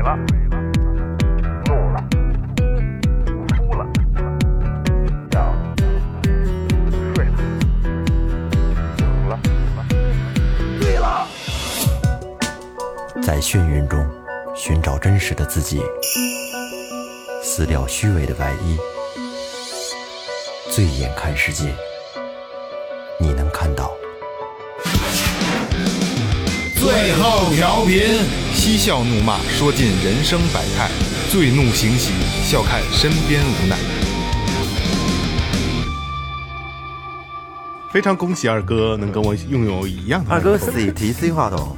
了，怒了，哭了，笑了，睡了，醒了。对了， 在眩晕中寻找真实的自己，撕掉虚伪的外衣，醉眼看世界，你能看到。 最后调频，嬉笑怒骂，说尽人生百态；醉怒行喜，笑看身边无奈。 非常恭喜二哥能跟我拥有一样的二哥 CTC 话筒，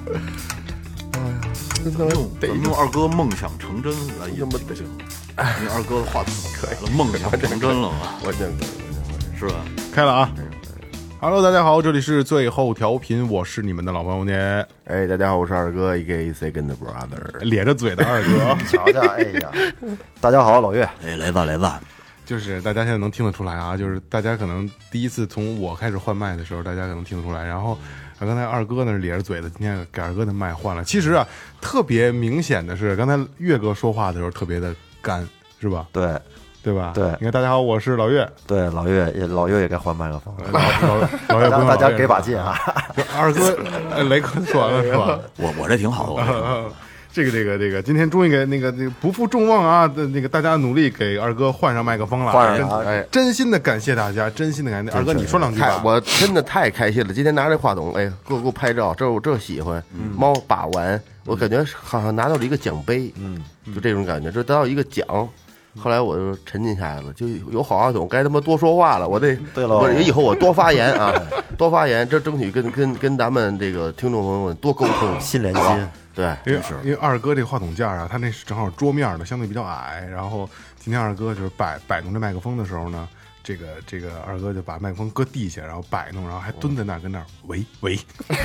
咱们用二哥梦想成真来演不行，因为二哥的话筒可以了，梦想成真了嘛， 我认可， 是吧？ 开了啊！Hello， 大家好，这里是最后调频，我是你们的老朋友呢。 哎，大家好，我是二哥 ，A.K.A. Second Brother， 咧着嘴的二哥， 瞧瞧，哎呀，大家好，老岳， 哎，雷子， 就是大家现在能听得出来啊，就是大家可能第一次从我开始换麦的时候，大家可能听得出来，然后刚才二哥呢是咧着嘴的，今天给二哥的麦换了。其实啊，特别明显的是，刚才岳哥说话的时候特别的干，是吧？对吧？ 对你看，大家好，我是老岳。 对，老岳也该换麦克风了， 老岳不用大家给把劲啊！ 二哥，雷哥说完了是吧？ 我这挺好的， 这个，今天终于给那个不负众望啊的那个大家努力给二哥换上麦克风了， 换上哎， 真心的感谢大家，真心的感谢二哥，你说两句吧。 我真的太开心了，今天拿这话筒，哎，给我拍照，我这喜欢，猫把玩，我感觉好像拿到了一个奖杯，就这种感觉，这得到一个奖。后来我就沉浸下来了，就有好话筒，该他妈多说话了。我得，我以后我多发言啊，多发言，这争取跟咱们这个听众朋友们多沟通， 心连心。 对， 因为二哥这个话筒架啊，他那是正好桌面的，相对比较矮。然后今天二哥就是摆弄这麦克风的时候呢，这个二哥就把麦克风搁地下，然后摆弄，然后还蹲在那儿跟那儿喂，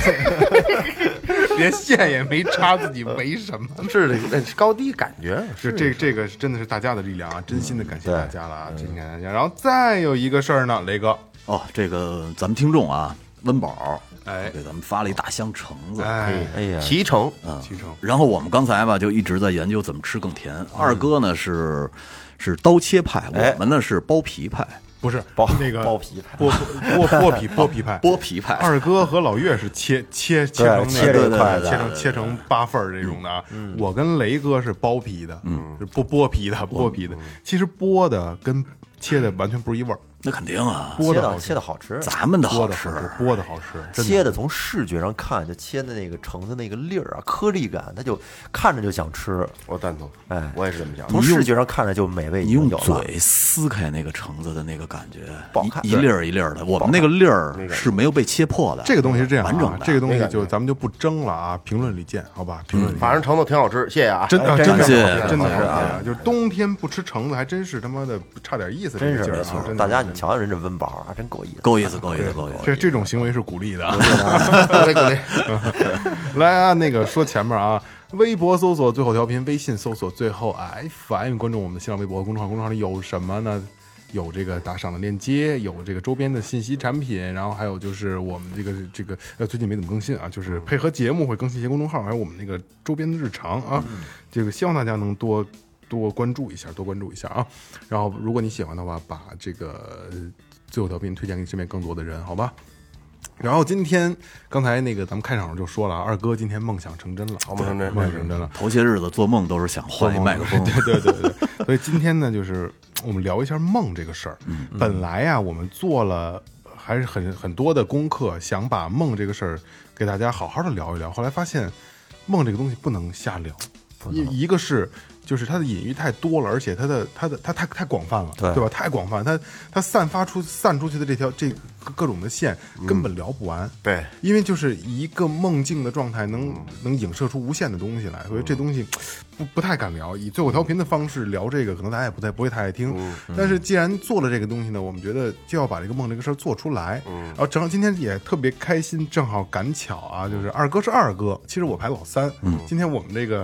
连线也没插，自己围什么？ 是这高低感觉， 是这个真的是大家的力量啊！真心的感谢大家了啊！真心感谢大家。然后再有一个事儿呢，雷哥哦，这个咱们听众啊，温宝哎给咱们发了一大箱橙子， 哎呀， 脐橙， 脐橙。 然后我们刚才吧就一直在研究怎么吃更甜。二哥呢是刀切派，我们呢是剥皮派。 不是那个剥皮派， 剥皮派， 剥皮派。 二哥和老岳是切成那个切成8份这种的啊。我跟雷哥是剥皮的，是剥皮的。其实剥的跟切的完全不是一味儿。 那肯定啊， 切的好吃， 咱们的好吃， 剥的好吃， 切的从视觉上看，就切的那个橙子那个粒儿啊，颗粒感，它就看着就想吃。 我赞同， 哎， 我也是这么想。 从视觉上看着就美味， 你用嘴撕开那个橙子的那个感觉， 不好看， 一粒儿一粒儿的。我们那个粒儿是没有被切破的。 这个东西是这样， 完整的。 这个东西就咱们就不争了啊，评论里见，好吧？评论里， 反正橙子挺好吃，谢谢啊， 真的是啊， 就是冬天不吃橙子，还真是他妈的差点意思， 真是没错。大家你瞧瞧人这温饱。啊，真够意思。 这种行为是鼓励的， 鼓励。 来啊，那个说前面啊，微博搜索最后调频，微信搜索最后 FM， 关注我们的新浪微博和公众号。公众号里有什么呢？有这个打赏的链接，有这个周边的信息产品，然后还有就是我们这个最近没怎么更新啊，就是配合节目会更新一些公众号，还有我们那个周边的日常啊，这个希望大家能多关注一下啊。然后如果你喜欢的话，把这个最后调频推荐给身边更多的人，好吧？然后今天刚才那个咱们开场就说了，二哥今天梦想成真了，梦想成真了。 头些日子做梦都是想换一麦克风， 对。所以今天呢，就是我们聊一下梦这个事儿。本来呀，我们做了还是很多的功课，想把梦这个事儿给大家好好的聊一聊。后来发现，梦这个东西不能瞎聊，一个是。就是它的隐喻太多了，而且它太广泛了，对吧？太广泛，它散出去的这各种的线根本聊不完， 对， 因为就是一个梦境的状态能影射出无限的东西来，所以这东西不太敢聊。以最后调频的方式聊这个，可能大家也不会太爱听。但是既然做了这个东西呢，我们觉得就要把这个梦这个事儿做出来。然后正好今天也特别开心，正好赶巧啊，就是二哥是二哥，其实我排老三。今天我们这个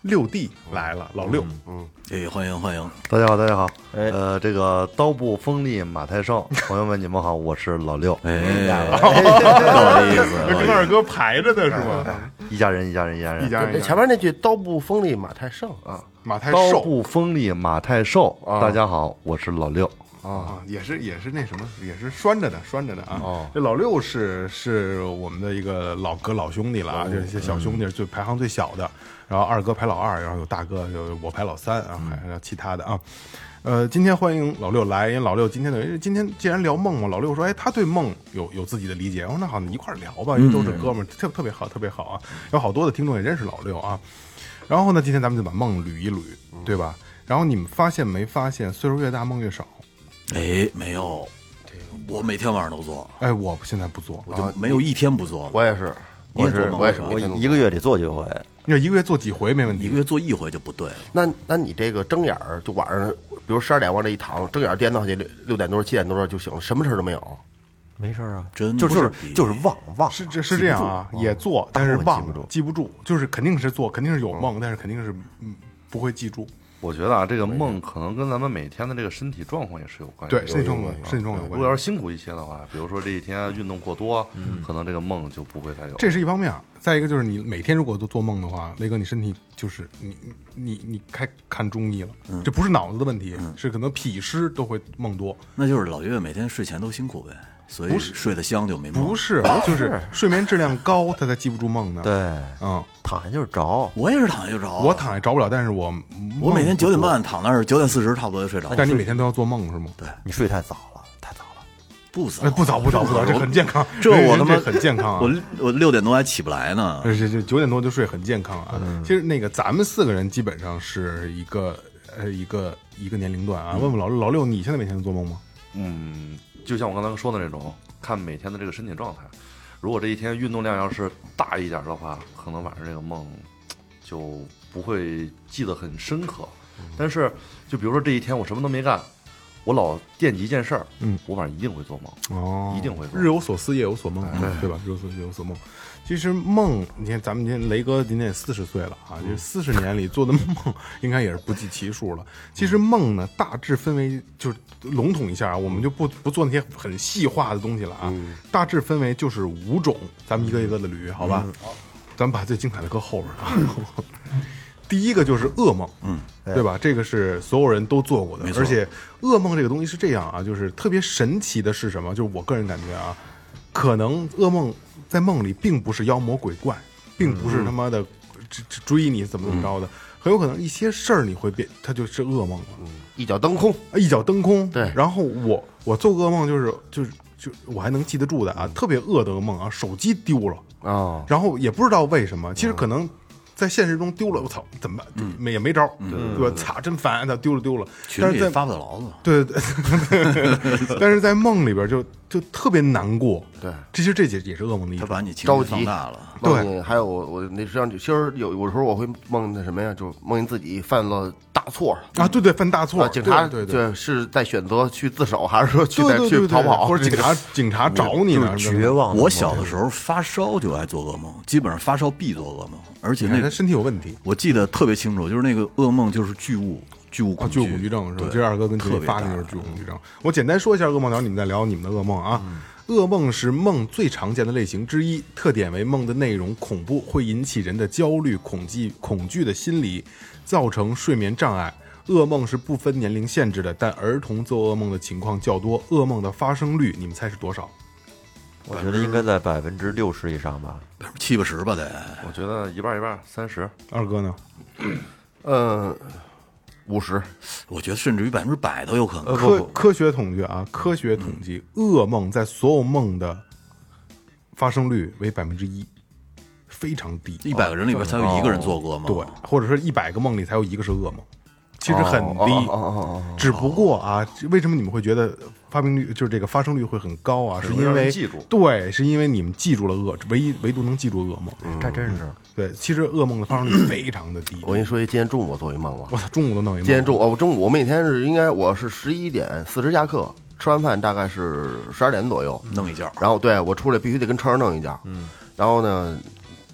六弟来了，老六， 哎，欢迎欢迎， 大家好，大家好。这个刀不锋利马太盛，朋友们你们好，我是老六。 哎，不好意思， 跟二哥排着的是吧？ 一家人，一家人，一家人。 一家人， 前面那句刀不锋利马太盛啊， 刀马太瘦不锋利马太瘦。大家好，我是老六。 啊，也是那什么，也是拴着的啊。 哦， 这老六是我们的一个老哥老兄弟了啊，这些小兄弟最排行最小的，然后二哥排老二，然后有大哥，有我排老三，然后还有其他的啊。今天欢迎老六来，因为老六今天既然聊梦嘛，老六说，哎，他对梦有自己的理解。那好，你一块聊吧，因为都是哥们儿，特别好，特别好啊。有好多的听众也认识老六啊。然后呢，今天咱们就把梦捋一捋，对吧？然后你们发现没发现，岁数越大梦越少？ 哎，没有，我每天晚上都做。 哎，我现在不做， 我就没有一天不做。 我也是， 我也是， 我一个月得做几回。 要一个月做几回没问题， 一个月做一回就不对了。那你这个睁眼儿就晚上，比如12点往这一躺，睁眼颠到去6点多7点多就醒了，什么事儿都没有。 没事啊， 真就是忘， 是这样啊，也做，但是记不住，就是肯定是做，肯定是有梦，但是肯定是不会记住。 我觉得啊，这个梦可能跟咱们每天的这个身体状况也是有关系。 对，身体状况有关系。 如果要是辛苦一些的话，比如说这一天运动过多，可能这个梦就不会太有。 这是一方面，再一个就是你每天如果都做梦的话，雷哥，你身体就是你该看中医了，这不是脑子的问题，是可能痞湿都会梦多。 那就是老岳每天睡前都辛苦呗。所以睡得香就没梦， 不是，就是睡眠质量高，他才记不住梦呢。 对，躺下就是着， 我也是躺下就着， 我躺下着不了，但是我每天9点半躺那儿，9点40差不多就睡着了。 但你每天都要做梦是吗？ 对， 你睡太早了，太早了， 不早， 这很健康， 这我他妈很健康啊！ 我6点多还起不来呢， 这9点多就睡很健康啊。其实那个咱们4个人基本上是一个年龄段啊。问问老六，你现在每天都做梦吗？ 就像我刚才说的那种，看每天的这个身体状态。如果这一天运动量要是大一点的话，可能晚上这个梦就不会记得很深刻。但是，就比如说这一天我什么都没干，我老惦记一件事儿，我晚上一定会做梦，一定会做。 日有所思，夜有所梦，对吧？日有所思，夜有所梦。其实梦，你看咱们今天雷哥今年也40岁了啊，这40年里做的梦应该也是不计其数了。其实梦呢，大致分为，就是笼统一下啊，我们就不做那些很细化的东西了啊。大致分为就是5种，咱们一个一个的捋，好吧？咱们把最精彩的搁后边啊。第一个就是噩梦，对吧？这个是所有人都做过的，而且噩梦这个东西是这样啊，就是特别神奇的是什么？就是我个人感觉啊，可能噩梦在梦里并不是妖魔鬼怪，并不是他妈的追你怎么着的，很有可能一些事儿你会变，它就是噩梦了， 一脚蹬空， 一脚蹬空。 对， 然后我做噩梦就是我还能记得住的啊，特别恶的噩梦啊，手机丢了啊，然后也不知道为什么，其实可能在现实中丢了，我操，怎么办？也没招，对吧？操，真烦，他丢了。但是在发不了牢子。 对，但是在梦里边就特别难过。对，这也是噩梦的一种。 他把你情绪放大了。 对，还有我那实际上其实有时候我会梦那什么呀，就梦见自己犯了大错啊，对，犯大错， 警察对是在选择去自首，还是说去逃跑， 或者警察找你呢？ 绝望。 我小的时候发烧就爱做噩梦，基本上发烧必做噩梦，而且那个身体有问题。 我记得特别清楚，就是那个噩梦就是巨物恐惧症是吧？这二哥跟你发的就是巨物恐惧症。我简单说一下噩梦，然后你们再聊你们的噩梦啊。噩梦是梦最常见的类型之一，特点为梦的内容恐怖，会引起人的焦虑、恐惧的心理，造成睡眠障碍。噩梦是不分年龄限制的，但儿童做噩梦的情况较多。噩梦的发生率，你们猜是多少？ 我觉得应该在60%以上吧 ，70-80%吧得。 我觉得一半30%。 二哥呢 ？50%， 我觉得甚至于100%都有可能。 科学统计啊，科学统计，噩梦在所有梦的发生率为1%，非常低。 100个人里边才有1个人做噩梦， 对，或者说100个梦里才有1个是噩梦，其实很低。只不过啊，为什么你们会觉得发生率会很高啊？是因为记住， 对，是因为你们记住了唯独能记住噩梦， 这真是。 对，其实噩梦的发生率非常的低。 我跟你说，今天中午我做一梦了。 我操，中午都弄一梦。 今天中午我每天我是11点40下课，吃完饭大概是12点左右弄一觉。 然后对我出来必须得跟车上弄一觉。然后呢，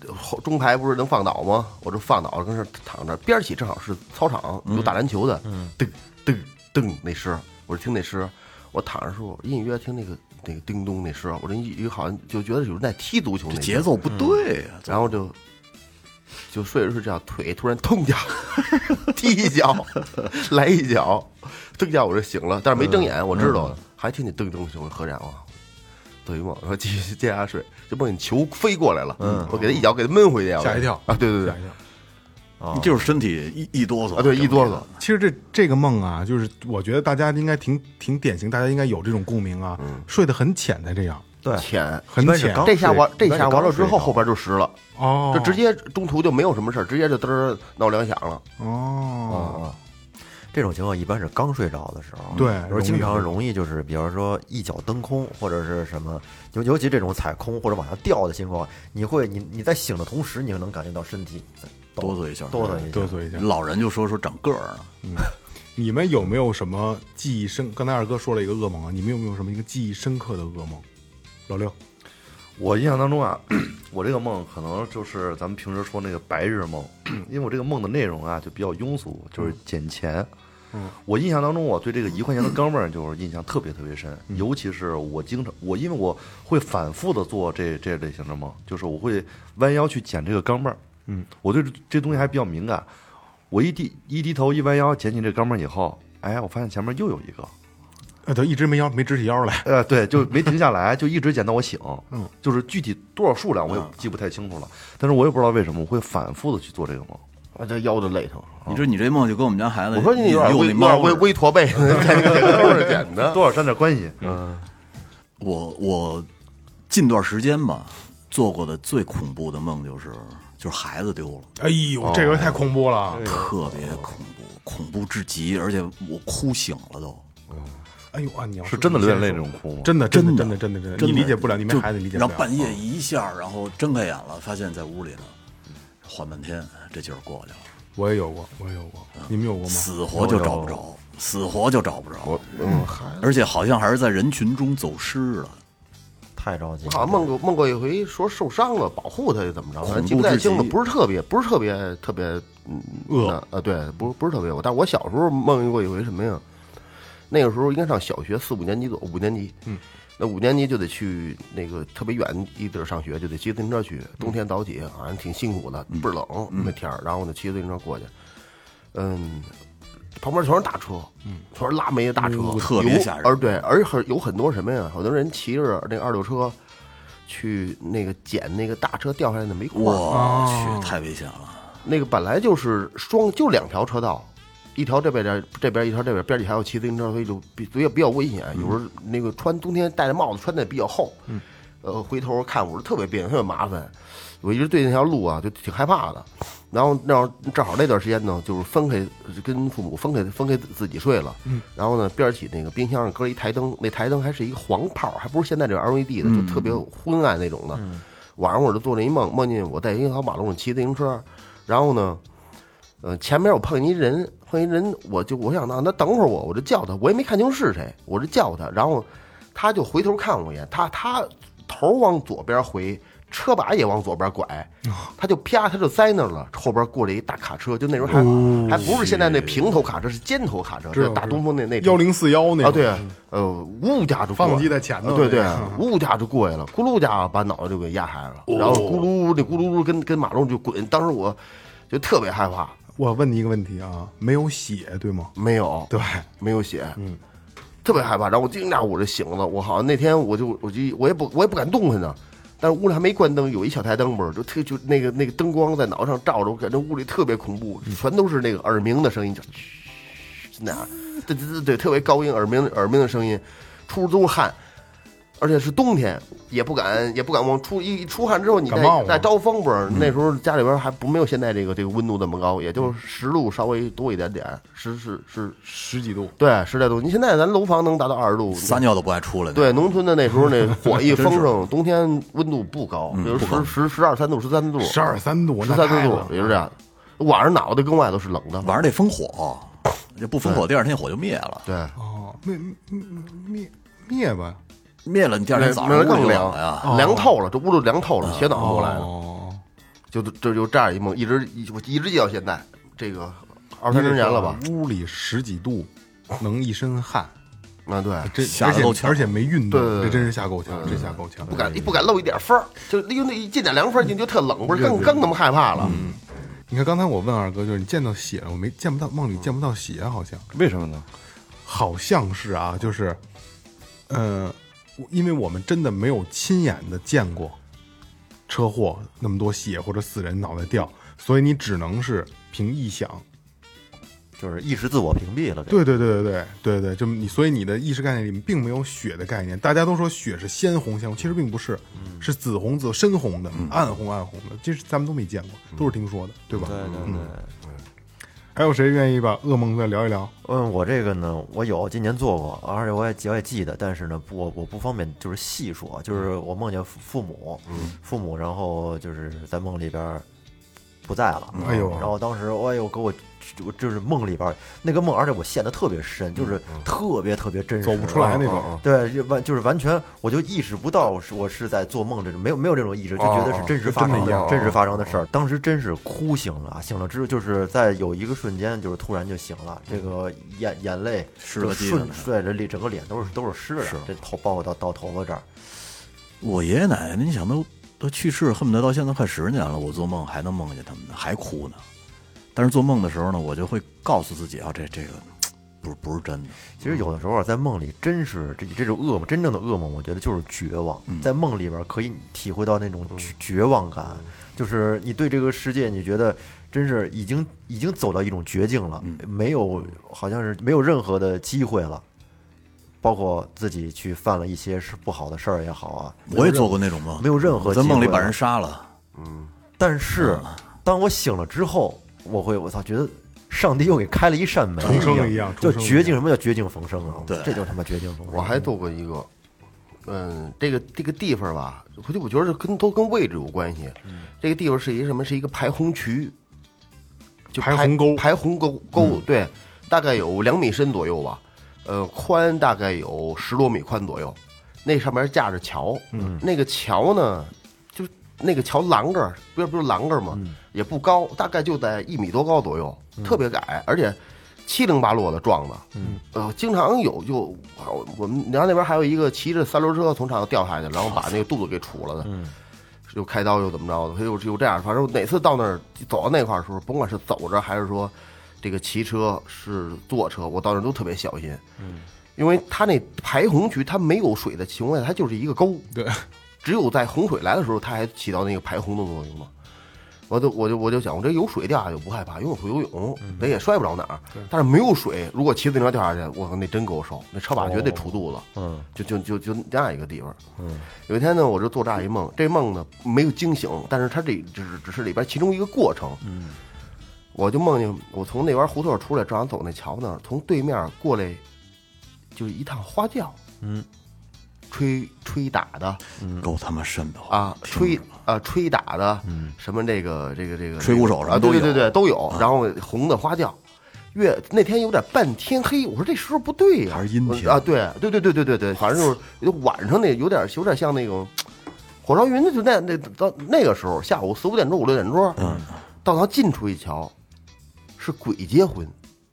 中排不是能放倒吗？我就放倒跟这躺着，边儿起正好是操场有打篮球的，噔噔噔那声，我就听那声，我躺着时候隐约听那个叮咚那声，我这一好像就觉得有人在踢足球那节奏不对啊， 然后就睡着睡觉，腿突然腾一下踢一脚，来一脚，蹬一下我就醒了，但是没睁眼，我知道了，还听见噔噔声，合着啊，做一梦，然后继续接下睡，就梦见球飞过来了，我给他一脚给他闷回去， 吓一跳啊，对对对吓一跳。 就是身体一哆嗦啊，对，一哆嗦。 其实这个梦啊，就是我觉得大家应该挺典型，大家应该有这种共鸣啊。睡得很浅才这样， 对， 浅很浅。 这下完了之后，后边就实了。 哦， 就直接中途就没有什么事儿，直接就嘚儿闹两响了。 哦， 这种情况一般是刚睡着的时候， 对， 有时候经常容易就是，比如说一脚蹬空或者是什么，尤其这种踩空或者往下掉的情况，你在醒的同时，你能感觉到身体哆嗦一下， 哆嗦一下。 老人就说长个儿呢。 你们有没有什么记忆深？刚才二哥说了一个噩梦啊，你们有没有什么一个记忆深刻的噩梦？老六， 我印象当中啊，我这个梦可能就是咱们平时说那个白日梦，因为我这个梦的内容啊就比较庸俗，就是捡钱。我印象当中，我对这个1块钱的钢镚儿就是印象特别特别深，尤其是我因为我会反复的做这类型的梦，就是我会弯腰去捡这个钢镚儿。我对这东西还比较敏感，我一低头一弯腰捡起这钢镚儿以后，哎，我发现前面又有一个， 他一直没直起腰来， 对，就没停下来，就一直捡到我醒。就是具体多少数量我也记不太清楚了，但是我也不知道为什么我会反复的去做这个梦。 啊，这腰都累疼。 你说你这梦就跟我们家孩子， 我说你有点微驼背，都是捡的， 多少沾点关系。 我近段时间吧做过的最恐怖的梦就是孩子丢了。 哎呦，这个太恐怖了， 特别恐怖至极，而且我哭醒了都。 哎呦啊，你要是真的流眼泪这种哭吗？ 真的，你理解不了，你们孩子理解不了。 然后半夜一下，然后睁开眼了，发现在屋里呢，缓半天，这劲儿过去了。 我也有过，你们有过吗？ 死活就找不着，而且好像还是在人群中走失了。 太着急了。 我好像梦过一回，说受伤了，保护他怎么着，反正记不太清了，不是特别恶对，不是特别恶。但我小时候梦过一回什么呀？那个时候应该上小学4、5年级5年级，那5年级就得去那个特别远一地儿上学，就得骑自行车去。冬天早起，好像挺辛苦的，倍儿冷那天儿。然后呢，骑自行车过去，旁边全是大车，全是拉煤的大车， 特别吓人。 对，而有很多什么呀？好多人骑着那2溜车去那个捡那个大车掉下来的煤块。 我去，太危险了！ 那个本来就是就2条车道。一条这边一条这边，边里还有骑自行车，所以就比较危险。有时候那个冬天戴着帽子穿的比较厚，回头看我是特别别扭，特别麻烦。我一直对那条路啊就挺害怕的。然后正好那段时间呢，就是分开跟父母分开自己睡了。然后呢，边起那个冰箱上搁一台灯，那台灯还是一个黄泡，还不是现在这个 LED 的，就特别昏暗那种的。晚上我就做了一梦，梦见我在一条马路上骑自行车，然后呢。前面我碰见一人，我想让他等会儿我就叫他，我也没看清是谁，我就叫他，然后他就回头看我一眼，他头往左边回，车把也往左边拐，他就栽那儿了，后边过来一大卡车，就那时候还不是现在那平头卡车，是尖头卡车，是大东风那 1041那啊，对，呜家就发动机在前头， 对，呜家就过来了，咕噜家把脑袋就给压开了，然后咕噜跟马路就滚，当时我就特别害怕。 我问你一个问题啊，没有血对吗？ 没有， 对， 没有血，特别害怕。然后我惊讶，我就醒了。我好像那天我也不敢动弹呢，但是屋里还没关灯，有一小台灯吧，就那个灯光在脑上照着，我感觉屋里特别恐怖，全都是那个耳鸣的声音，就那样，对，特别高音耳鸣的声音，出都是汗。而且是冬天，也不敢往一出汗之后，你再招风不是？那时候家里边还没有现在这个温度那么高，也就10度稍微多一点点，是 10几度， 对，10来度。你现在咱楼房能达到20度， 撒尿都不爱出来。 对，农村的那时候那火一风声，冬天温度不高，比如12、13度，12、 13度， 也是这样。晚上脑袋跟外头是冷的， 晚上得封火，这不封火，第二天火就灭了。 对， 灭吧。 灭了，你第二天早上更凉呀， 凉透了，这屋都凉透了，血脑过来了。 就这样一梦，我一直记到现在，这个20-30年了吧。 屋里10几度，能一身汗， 啊，对， 这吓得够呛而且没运动， 对这真是吓够呛，这吓够呛。 不敢露一点风儿，就因为那一进点凉风进就特冷，不是更他妈害怕了。 你看刚才我问二哥，就是你见到血了，我没见不到，梦里见不到血，好像为什么呢？ 好像是啊，就是，因为我们真的没有亲眼的见过车祸那么多血或者死人脑袋掉，所以你只能是凭臆想。 就是意识自我屏蔽了。 对，就你，所以你的意识概念里面并没有血的概念。大家都说血是鲜红，其实并不是，是紫红、深红的、暗红的，这是咱们都没见过，都是听说的，对吧？ 对。 还有谁愿意把噩梦再聊一聊？ 我这个呢，我今年做过，而且我也记得，但是呢，我不方便就是细说，就是我梦见父母，然后就是在梦里边不在了，然后当时给我就是梦里边那个梦，而且我陷得特别深，就是特别真实， 走不出来那种。 对，就是完全我就意识不到我是在做梦，这种没有这种意识，就觉得是真实发生的事儿。当时真是哭醒了，醒了之后就是在有一个瞬间，就是突然就醒了，这个眼泪就顺着整个脸都是湿的，这头包括到头发这儿。 我爷爷奶奶，你想都去世，恨不得到现在快10年了，我做梦还能梦见他们呢，还哭呢。但是做梦的时候呢，我就会告诉自己啊，这个不是真的。 其实有的时候在梦里，真是这种噩梦，真正的噩梦，我觉得就是绝望。在梦里边可以体会到那种绝望感，就是你对这个世界，你觉得真是已经走到一种绝境了，好像是没有任何的机会了。包括自己去犯了一些不好的事儿也好啊， 我也做过那种梦， 没有任何机会在梦里把人杀了。 但是当我醒了之后，我觉得上帝又给开了一扇门， 重生一样， 就绝境。什么叫绝境逢生啊？ 对， 这就他妈绝境逢生。 我还做过一个，这个地方吧，我觉得都跟位置有关系。这个地方是一个什么？是一个排洪渠，就排洪沟， 排洪沟，对，大概有2米深左右吧。宽大概有10多米宽左右，那上面架着桥，那个桥呢，就那个桥栏杆，不是栏杆吗？也不高，大概就在1米多高左右，特别矮，而且七零八落的撞的，经常就我们家那边还有一个骑着3轮车从上头掉下去，然后把那个肚子给杵了的，又开刀又怎么着的，又这样，反正哪次到那儿走到那块儿的时候，甭管是走着还是说这个骑车是坐车，我到那儿都特别小心，因为它那排洪渠它没有水的情况下，它就是一个沟， 对， 只有在洪水来的时候，它还起到那个排洪的作用嘛。我就想，我这有水掉下去我不害怕，因为我会游泳，那也摔不着哪儿。但是没有水，如果骑自行车掉下去，我靠，那真够受，那车把绝对杵肚子。就这样一个地方。有一天呢，我就做这样一梦，这梦呢没有惊醒，但是它这只是里边其中一个过程。我就梦见我从那边胡同出来，正好走那桥那儿，从对面过来，就是一趟花轿。吹打的， 够他妈瘆得慌啊！吹打的，什么这个吹鼓手啊，对都有。然后红的花轿，那天有点半天黑，我说这时候不对呀， 还是阴天啊？对，反正就是晚上那有点像那种火烧云的，就那到那个时候下午4、5点钟、5、6点钟，到他进出一桥，是鬼结婚，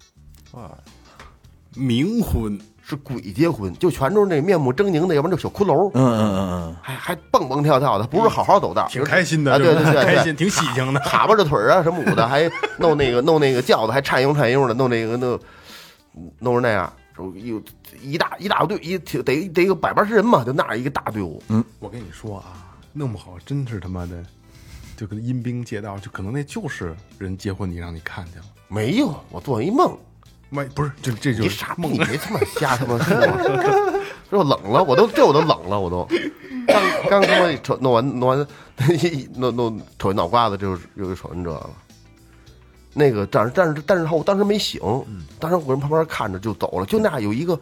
冥婚。 是鬼结婚，就全都是那面目狰狞的，要不然就小骷髅，还蹦蹦跳跳的，不是好好走道， 挺开心的， 对， 开心，挺喜庆的， 哈巴着腿啊什么舞的，还弄那个轿子，还颤悠的，弄成那样，有一大队，得有180人嘛，就那一个大队伍。 我跟你说啊，弄不好真是他妈的，就跟阴兵借道，就可能那就是人结婚，你让你看见了没有？我做一梦。 不是，这就你傻逼，你别他妈瞎他妈说，这冷了，我都冷了，我都刚他妈弄完瞅脑瓜子，就瞅见这了。那个，但是我当时没醒，当时我人旁边看着就走了，就那样有一个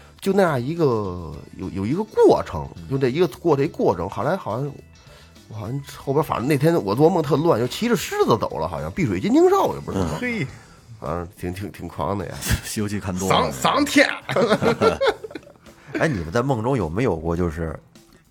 有一个过程，就这一个过程，后来好像后边反正那天我做梦特乱，就骑着狮子走了，好像碧水金睛兽也不知道。 嘿。 挺狂的呀， 《西游记》看多了， 丧天。 哎，你们在梦中有没有过就是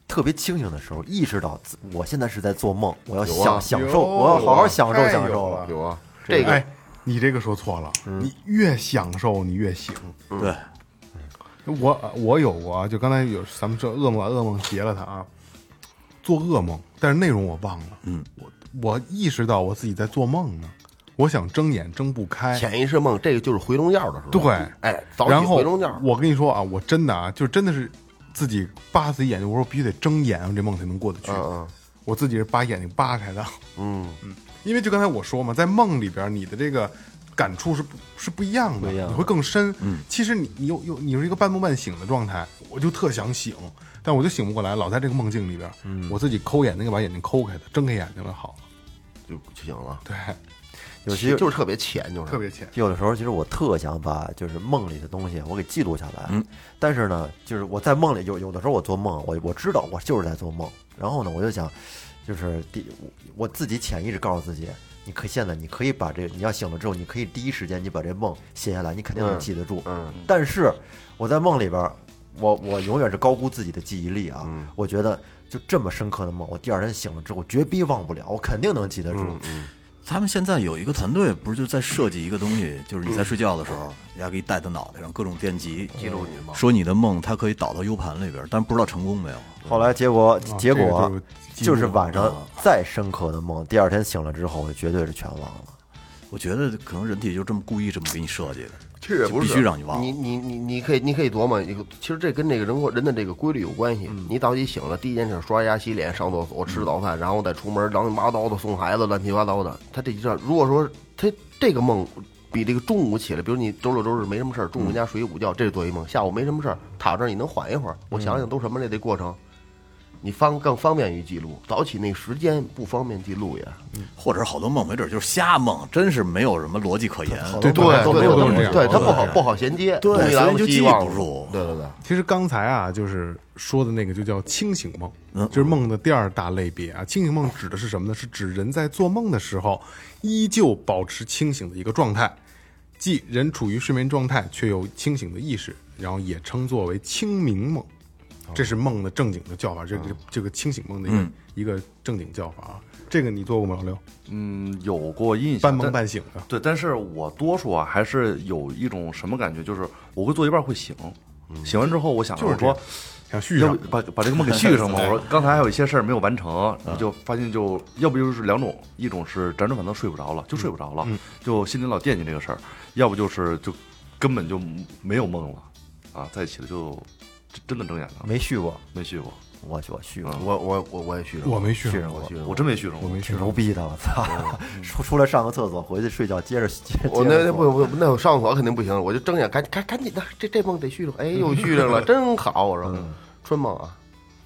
特别清醒的时候，意识到我现在是在做梦，我要有啊享受，我要好好享受享受。 了。 有啊，这个哎，你这个说错了，你越享受你越醒。 对， 我有过，就刚才有咱们说噩梦结了它啊，做噩梦，但是内容我忘了。我意识到我自己在做梦呢，我想睁眼睁不开。 潜意识梦，这个就是回笼觉的时候。 对， 哎，早然后起回笼觉。 我跟你说啊，我真的啊，就真的是自己扒自己眼睛，我说必须得睁眼，这梦才能过得去。我自己是把眼睛扒开的。因为就刚才我说嘛，在梦里边，你的这个感触是不一样的，你会更深。其实你是一个半梦半醒的状态，我就特想醒，但我就醒不过来，老在这个梦境里边。我自己抠眼睛，把眼睛抠开的，睁开眼睛了，好了， 就醒了。 对， 有些就是特别浅，就是特别浅。 有的时候，其实我特想把就是梦里的东西我给记录下来。但是呢，就是我在梦里有的时候我做梦，我知道我就是在做梦。然后呢，我就想，就是我自己潜意识告诉自己，现在你可以把这个，你要醒了之后，你可以第一时间你把这梦写下来，你肯定能记得住。但是我在梦里边，我永远是高估自己的记忆力啊。我觉得就这么深刻的梦，我第二天醒了之后绝逼忘不了，我肯定能记得住。 他们现在有一个团队，不是就在设计一个东西，就是你在睡觉的时候，人家给你戴在脑袋上各种电极记录你的梦， 说你的梦它可以导到 U 盘里边，但不知道成功没有。 后来结果这个就是晚上再深刻的梦，第二天醒了之后，绝对是全忘了。 我觉得可能人体就这么故意这么给你设计的， 这也不是必须让你忘了。 你可以琢磨，其实这跟这个人的这个规律有关系。你早起醒了，第一件事刷牙洗脸上厕所吃早饭，然后再出门乱七八糟的送孩子，乱七八糟的。他这一上，如果说他这个梦比这个中午起来，比如你周六周日没什么事儿，中午家睡一午觉，这是做一梦；下午没什么事儿，躺这儿你能缓一会儿。我想想都什么了这过程。你更方便于记录，早起那时间不方便记录呀。 或者好多梦没准就是瞎梦，真是没有什么逻辑可言。 对， 对，它不好衔接， 对， 东西来就记忘不住。 对。 其实刚才啊，就是说的那个就叫清醒梦，就是梦的第二大类别啊。清醒梦指的是什么呢？是指人在做梦的时候依旧保持清醒的一个状态，即人处于睡眠状态却有清醒的意识，然后也称作为清明梦。这是梦的正经的叫法，这个清醒梦的一个正经叫法啊。这个你做过吗，老六？ 有过印象， 半梦半醒的。 对，但是我多数啊还是有一种什么感觉，就是我会做一半会醒，醒完之后我想我说想续上， 把这个梦给续上嘛。我说刚才还有一些事儿没有完成，你就发现要不就是两种，一种是辗转反侧睡不着了，就睡不着了，就心里老惦记这个事儿；要不就是根本就没有梦了啊，再起来就真的睁眼了。 没续过，我续过， 我也续上， 我没续上过， 我真没续上过， 我没续上， 牛逼的，我操！出来上个厕所，回去睡觉，接着我那我上厕所肯定不行，我就睁眼赶紧的，这梦得续上，哎，又续上了，真好，我说春梦啊，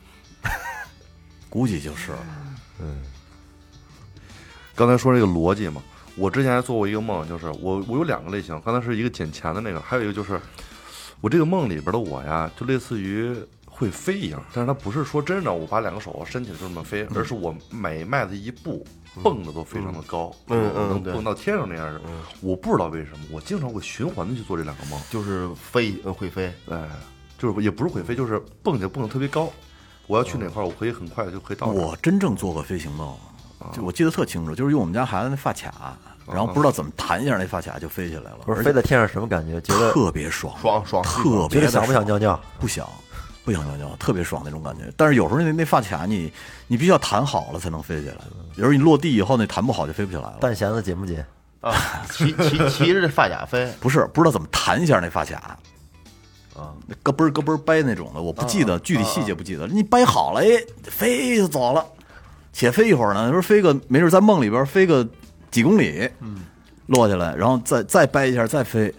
估计就是， 刚才说这个逻辑嘛，我之前还做过一个梦，就是我有两个类型，刚才是一个捡钱的那个，还有一个就是我这个梦里边的我呀，就类似于会飞一样，但是它不是说真的我把两个手伸起来就这么飞，而是我每迈的一步蹦的都非常的高，能蹦到天上那样的。我不知道为什么，我经常会循环的去做这两个梦， 就是会飞， 哎，就是也不是会飞，就是蹦得特别高。我要去哪块，我可以很快就可以到。 我真正做过飞行梦，就我记得特清楚，就是用我们家孩子那发卡。然后不知道怎么弹一下，那发卡就飞起来了。 不是飞在天上什么感觉？觉得特别爽， 特别想不想尿尿？ 不想尿尿，特别爽那种感觉。但是有时候那发卡你必须要弹好了才能飞起来。有时候你落地以后那弹不好就飞不起来了。 弹弦子紧不紧？ 啊，骑着这发卡飞， 不知道怎么弹一下那发卡。啊，咯嘣掰那种的，我不记得具体细节不记得。你掰好了，哎，飞就走了，且飞一会儿呢。有时候没准在梦里边飞个几公里，落下来，然后再掰一下，再飞。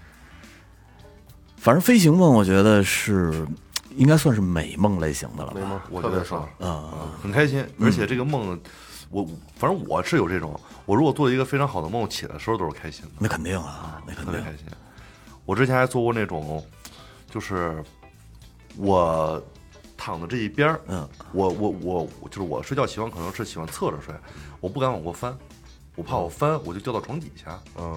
反正飞行梦，我觉得是应该算是美梦类型的了吧。 美梦， 我觉得是，很开心。 嗯而且这个梦，反正我是有这种，我如果做一个非常好的梦，我起来的时候都是开心的。 那肯定啊，那肯定特别开心。我之前还做过那种，就是我躺的这一边，我就是我睡觉习惯可能是喜欢侧着睡，我不敢往过翻。我怕我翻，我就掉到床底下。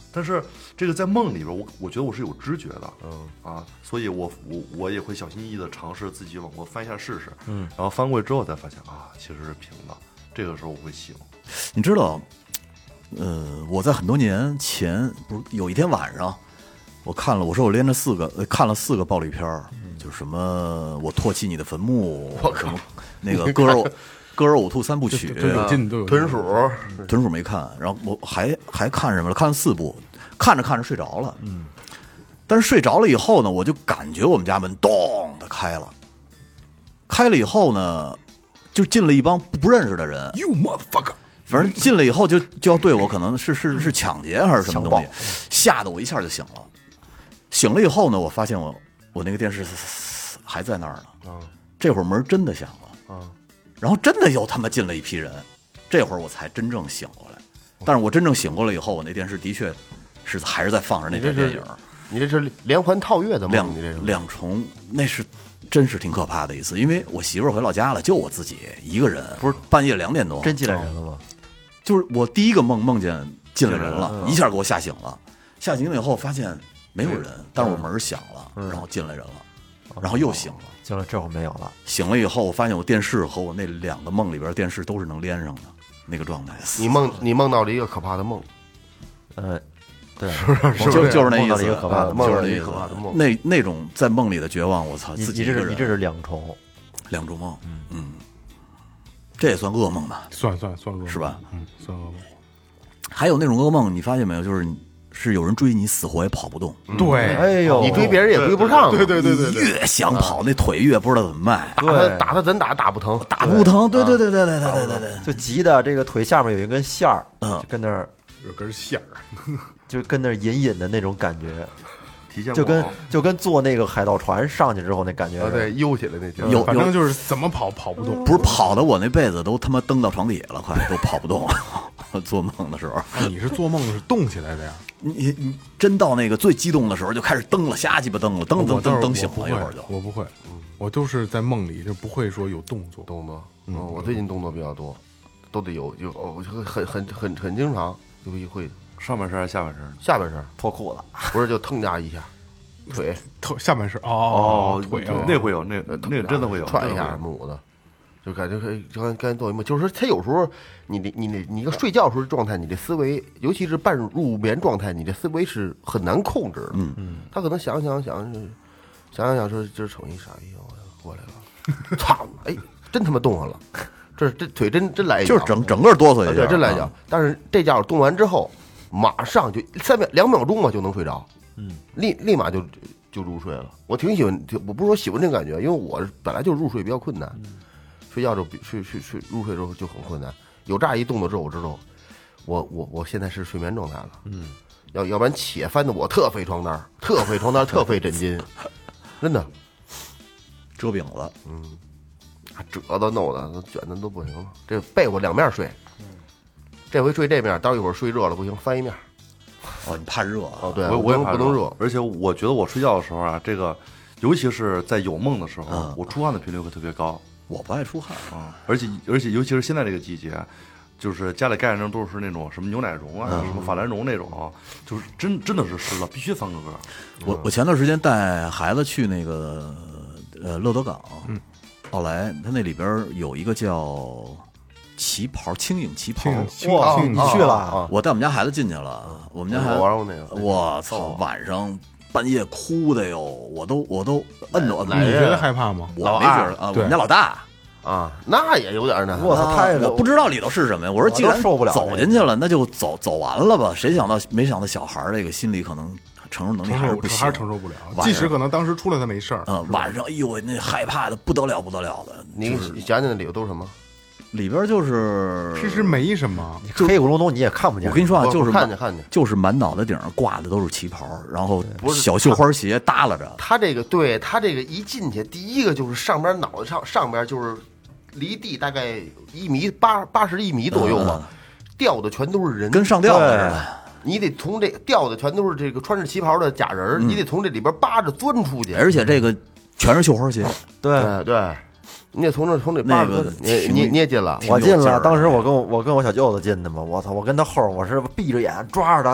但是这个在梦里边，我觉得我是有知觉的，所以我也会小心翼翼的尝试自己往过翻一下试试，然后翻过去之后才发现其实是平的，这个时候我会醒。 你知道，我在很多年前不是有一天晚上，我连着看了4个暴力片儿，就什么我唾弃你的坟墓，什么那个歌儿呕吐3部曲， 都有劲，都有豚鼠没看，然后我还看什么了？看了4部，看着看着睡着了，但是睡着了以后呢，我就感觉我们家门咚的开了以后呢，就进了一帮不认识的人 ，You motherfucker。 反正进来以后就要对我可能是抢劫还是什么东西，吓得我一下就醒了。醒了以后呢，我发现我那个电视还在那儿呢。这会儿门真的响了。然后真的又他妈进了一批人，这会儿我才真正醒过来。但是我真正醒过来以后，我那电视的确还是在放着那部电影。 你这是连环套月的梦，你这是两重，那是真是挺可怕的一次。因为我媳妇儿回老家了，就我自己一个人，不是半夜2点多， 真进来人了吗？ 就是我第一个梦见进来人了，一下给我吓醒了。吓醒了以后发现没有人，但是我门响了，然后进来人了，然后又醒了。 行了，这会儿没有了。 醒了以后，我发现我电视和我那2个梦里边电视都是能连上的那个状态。 你梦到了一个可怕的梦， 对， 就是那意思， 一个可怕的梦， 就是那意思。那种在梦里的绝望，我操！ 你自己一个人， 这是2重梦，这也算噩梦吧？ 算噩梦是吧？ 算噩梦。 还有那种噩梦，你发现没有？是有人追你，死活也跑不动。 对， 哎呦， 你追别人也追不上。 对， 越想跑，那腿越不知道怎么迈。 打他怎打不疼， 打不疼。对， 就急的这个腿下面有一根线儿，就跟那儿有根线儿， 就跟那儿隐隐的那种感觉。 提前就跟坐那个海盗船上去之后那感觉， 对，悠起来那劲有， 反正就是怎么跑不动， 不是跑的我那被子都他妈蹬到床底下了，快都跑不动。做梦的时候， 你是做梦是动起来的呀？ 你真到那个最激动的时候就开始蹬了，瞎鸡巴蹬了，蹬醒了一会儿就。 我不会，我都是在梦里就不会说有动作。 我最近动作比较多，都得有，很经常就会。 上半身还是下半身？ 下半身脱裤子， 不是就腾加一下，腿下半身腿那会有那个真的会有踹一下母的，就感觉就刚才做一梦，就是他有时候你个睡觉时候的状态，你的思维，尤其是半入眠状态，你的思维是很难控制的。他可能想说今儿瞅一傻逼，我过来了，操，哎，真他妈动了，这腿真来一脚， 就是整个哆嗦一下， 对，真来一脚。但是这觉动完之后。马上就2秒钟吧就能睡着，立马就入睡了。我挺喜欢，我不是说喜欢这个感觉，因为我本来就入睡比较困难，睡觉就睡入睡之后就很困难。有这样一动作之后，我知道我现在是睡眠状态了。要不然且翻的我特费床单，特费枕巾，真的遮饼子， 褶子弄的卷的都不行了。这被窝2面睡。这回睡这面，待会一会儿睡热了不行，翻一面。 你怕热啊？ 对， 我也不能热。 而且我觉得我睡觉的时候啊，这个尤其是在有梦的时候，我出汗的频率会特别高。 我不爱出汗而且尤其是现在这个季节，就是家里盖上都是那种什么牛奶绒啊，什么法兰绒那种，就是真的是湿了，必须翻个个。 我前段时间带孩子去那个乐德港，奥莱，他那里边有一个叫。旗袍，轻影旗袍， 哇！你去了？ 我带我们家孩子进去了。我们家孩子玩过那个， 我操！晚上半夜哭的哟，我都摁着。 你觉得害怕吗？ 我没觉得啊，我们家老大啊，那也有点呢。 我操！ 我不知道里头是什么呀。我说既然受不了， 走进去了，那就走完了吧。谁想到没想到小孩这个心理可能承受能力还是不行， 还是承受不了。即使可能当时出来他没事儿， 晚上哎呦那害怕的不得了的。 你讲讲那里头都是什么？ 里边就是其实没什么， 黑咕隆咚你也看不见。 我跟你说啊，就是看见， 就是满脑袋顶上挂的都是旗袍，然后小绣花鞋耷拉着。 他这个一进去，第一个就是上边脑袋上边就是离地大概1米81米左右吧，吊的全都是人， 跟上吊的似的。 你得从这吊的全都是这个穿着旗袍的假人，你得从这里边扒着钻出去， 而且这个全是绣花鞋。 对。你也从这扒着，你也进了， 我进了。当时我跟我小舅子进的嘛，我操！我跟他后，我是闭着眼抓着他，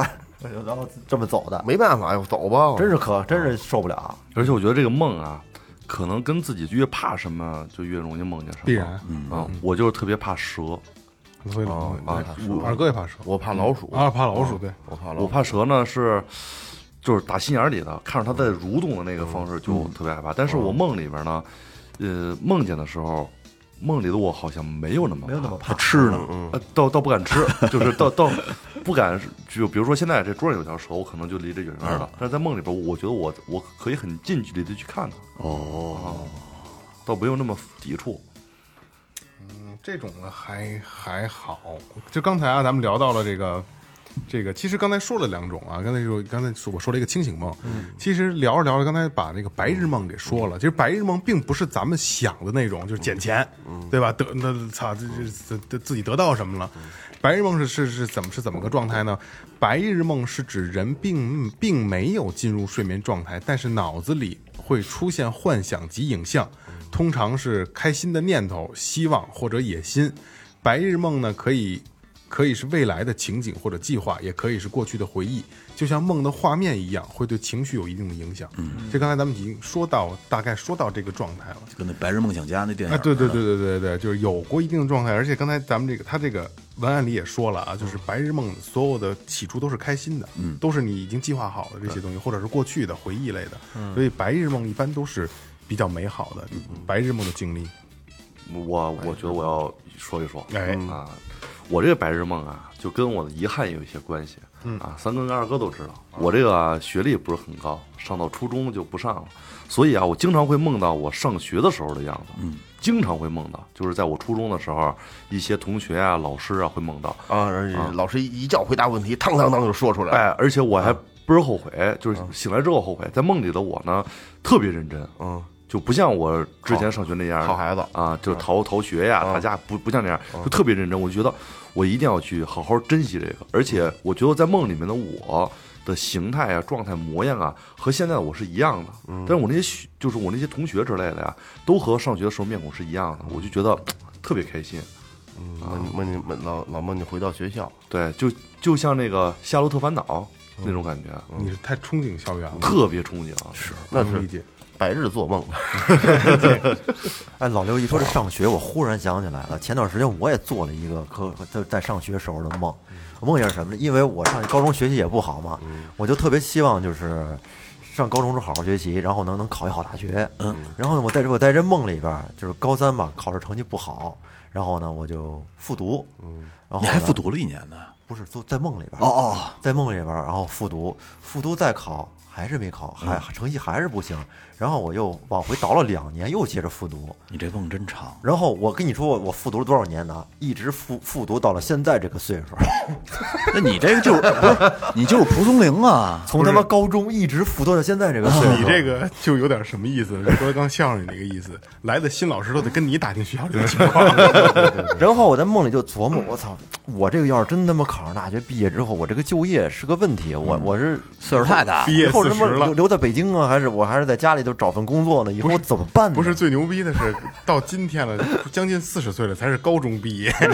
然后这么走的， 没办法，走吧， 真是受不了。 而且我觉得这个梦啊，可能跟自己越怕什么，就越容易梦见什么。 必然。 啊，我就是特别怕蛇， 所以二哥也怕蛇， 我怕老鼠， 怕老鼠，对， 我怕老鼠。 我怕蛇呢就是打心眼里的看着它在蠕动的那个方式就特别害怕。但是我梦里边呢，梦见的时候，梦里的我好像没有那么怕吃呢， 倒不敢吃，就是倒不敢。就比如说现在这桌上有条蛇，我可能就离着远远的。但是在梦里边，我觉得我可以很近距离的去看它。倒没有那么抵触。 这种的还好。就刚才啊，咱们聊到了这个，其实刚才说了两种啊。刚才我说了一个清醒梦，其实聊着聊着，刚才把那个白日梦给说了。其实白日梦并不是咱们想的那种，就是捡钱，对吧？这自己得到什么了？白日梦是怎么个状态呢？白日梦是指人并没有进入睡眠状态，但是脑子里会出现幻想及影像，通常是开心的念头、希望或者野心。白日梦呢，可以是未来的情景或者计划，也可以是过去的回忆，就像梦的画面一样，会对情绪有一定的影响。这刚才咱们已经大概说到这个状态了， 就跟那《白日梦想家》那电影。 对，就是有过一定的状态，而且刚才咱们他这个文案里也说了啊，就是白日梦所有的起初都是开心的，都是你已经计划好的这些东西，或者是过去的回忆类的，所以白日梦一般都是比较美好的。白日梦的经历， 我觉得我要说一说，我这个白日梦啊，就跟我的遗憾有一些关系。三哥跟二哥都知道，我这个学历不是很高，上到初中就不上了，所以啊，我经常会梦到我上学的时候的样子。经常会梦到，就是在我初中的时候，一些同学啊、老师啊会梦到而且老师一觉回答问题，当就说出来。 而且我还倍儿后悔，就是醒来之后后悔，在梦里的我呢特别认真，就不像我之前上学那样好孩子啊，就是逃学呀、打架，不像那样，就特别认真。我就觉得我一定要去好好珍惜这个，而且我觉得在梦里面的我的形态啊、状态、模样啊，和现在的我是一样的。但是我那些就是我那些同学之类的呀，都和上学的时候面孔是一样的，我就觉得特别开心。 老梦你回到学校， 对，就像那个《夏洛特烦恼》那种感觉。 你是太憧憬校园了， 特别憧憬。 是， 那是理解。 白日做梦。 哎，老刘一说这上学，我忽然想起来了，前段时间我也做了一个在上学时候的梦。我梦见什么呢？因为我上高中学习也不好嘛，我就特别希望就是上高中时候好好学习，然后能考一好大学。然后呢，我在这梦里边，就是高三吧，考试成绩不好，然后呢我就复读。然后你还复读了一年呢？ 不是，在梦里边。在梦里边，然后复读再考。还是没考，成绩还是不行，然后我又往回倒了2年，又接着复读。 你这梦真长。 然后我跟你说，我复读了多少年呢？一直复读到了现在这个岁数。 那你这个就是不是你就是蒲松龄啊？ 从他妈高中一直复读到现在这个岁数。 你这个就有点什么意思？郭德纲相声里那个意思，来的新老师都得跟你打听学校里的情况。 然后我在梦里就琢磨，我操，我这个要是真他妈考上大学，毕业之后，我这个就业是个问题。我是岁数太大， 毕业他妈留在北京啊，还是在家里就找份工作呢？以后我怎么办呢？ 不是最牛逼的是，到今天了，将近40岁了，才是高中毕业。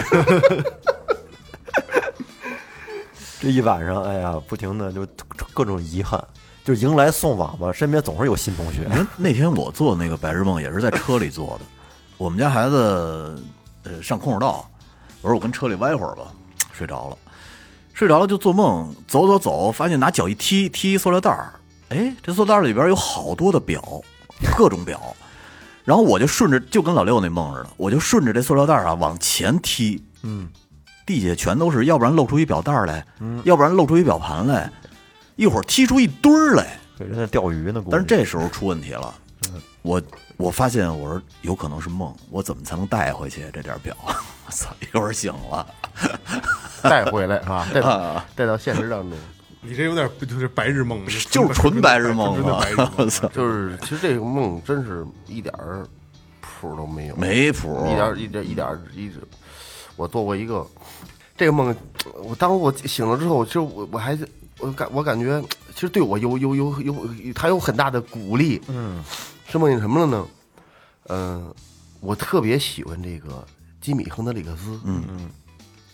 这一晚上，哎呀，不停的就各种遗憾，就迎来送往吧，身边总是有新同学。 你看那天我做那个白日梦也是在车里做的，我们家孩子上空手道，我说我跟车里歪会儿吧，睡着了就做梦，走，发现拿脚一踢塑料袋儿。哎，这塑料袋里边有好多的表，各种表，然后我就顺着，就跟老六那梦似的，我就顺着这塑料袋啊往前踢，地下全都是，要不然露出一表带来，要不然露出一表盘来，一会儿踢出一堆儿来， 人在钓鱼呢。 但是这时候出问题了，我发现我说有可能是梦，我怎么才能带回去这点表？我操，一会儿醒了， 带回来是吧？带到现实当中。 你这有点就是白日梦， 就是纯白日梦啊！ 我操， 就是其实这个梦真是一点谱都没有， 没谱， 一点。我做过一个这个梦，当我醒了之后，其实我感觉其实对我它有很大的鼓励。是梦见什么了呢？我特别喜欢这个基米亨德里克斯。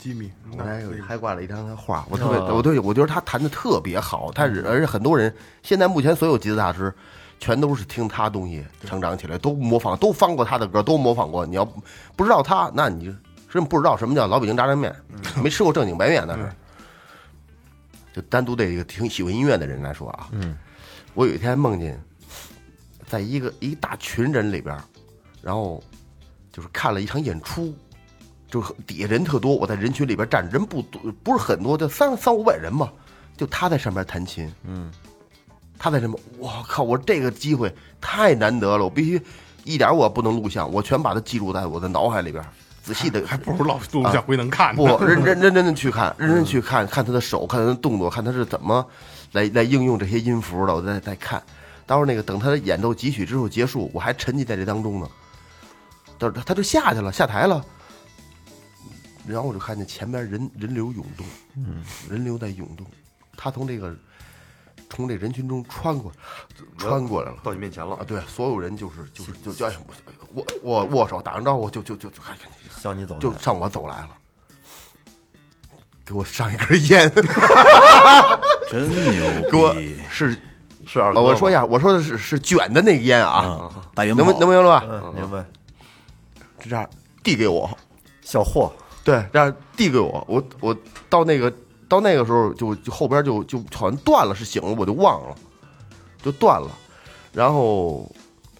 机密。 我还挂了一张他画，我特别，我觉得他弹的特别好，而且很多人现在目前所有吉他大师，全都是听他东西成长起来，都模仿，都翻过他的歌，都模仿过。你要不知道他，那你是不知道什么叫老北京炸酱面，没吃过正经白面那是。就单独对一个挺喜欢音乐的人来说啊，我有一天梦见，在一大群人里边，然后就是看了一场演出。就是底下人特多，我在人群里边站，人不多，不是很多，就300-500人嘛。就他在上面弹琴，他在这边，我靠，我这个机会太难得了，我必须一点我不能录像，我全把它记录在我的脑海里边，仔细的， 还不如老录像回能看呢。 不，认真的去看，认真去看他的手，看他的动作，看他是怎么来应用这些音符的，我在看。到时候等他的演奏几曲之后结束，我还沉浸在这当中呢。他就下台了。然后我就看见前边人流涌动，人流在涌动，他从这人群中穿过来了， 到你面前了啊！对，所有人就我握手打声招呼就向你走， 就向我走来了，给我上一根烟， 真牛给我逼！ 是二哥， 我说一下，我说的是卷的那个烟啊， 大烟炮能明白了吧？ 明白。 这样递给我， 小货。 对，这样递给我，我到那个时候就后边就好像断了，是醒了，我就忘了，就断了。然后，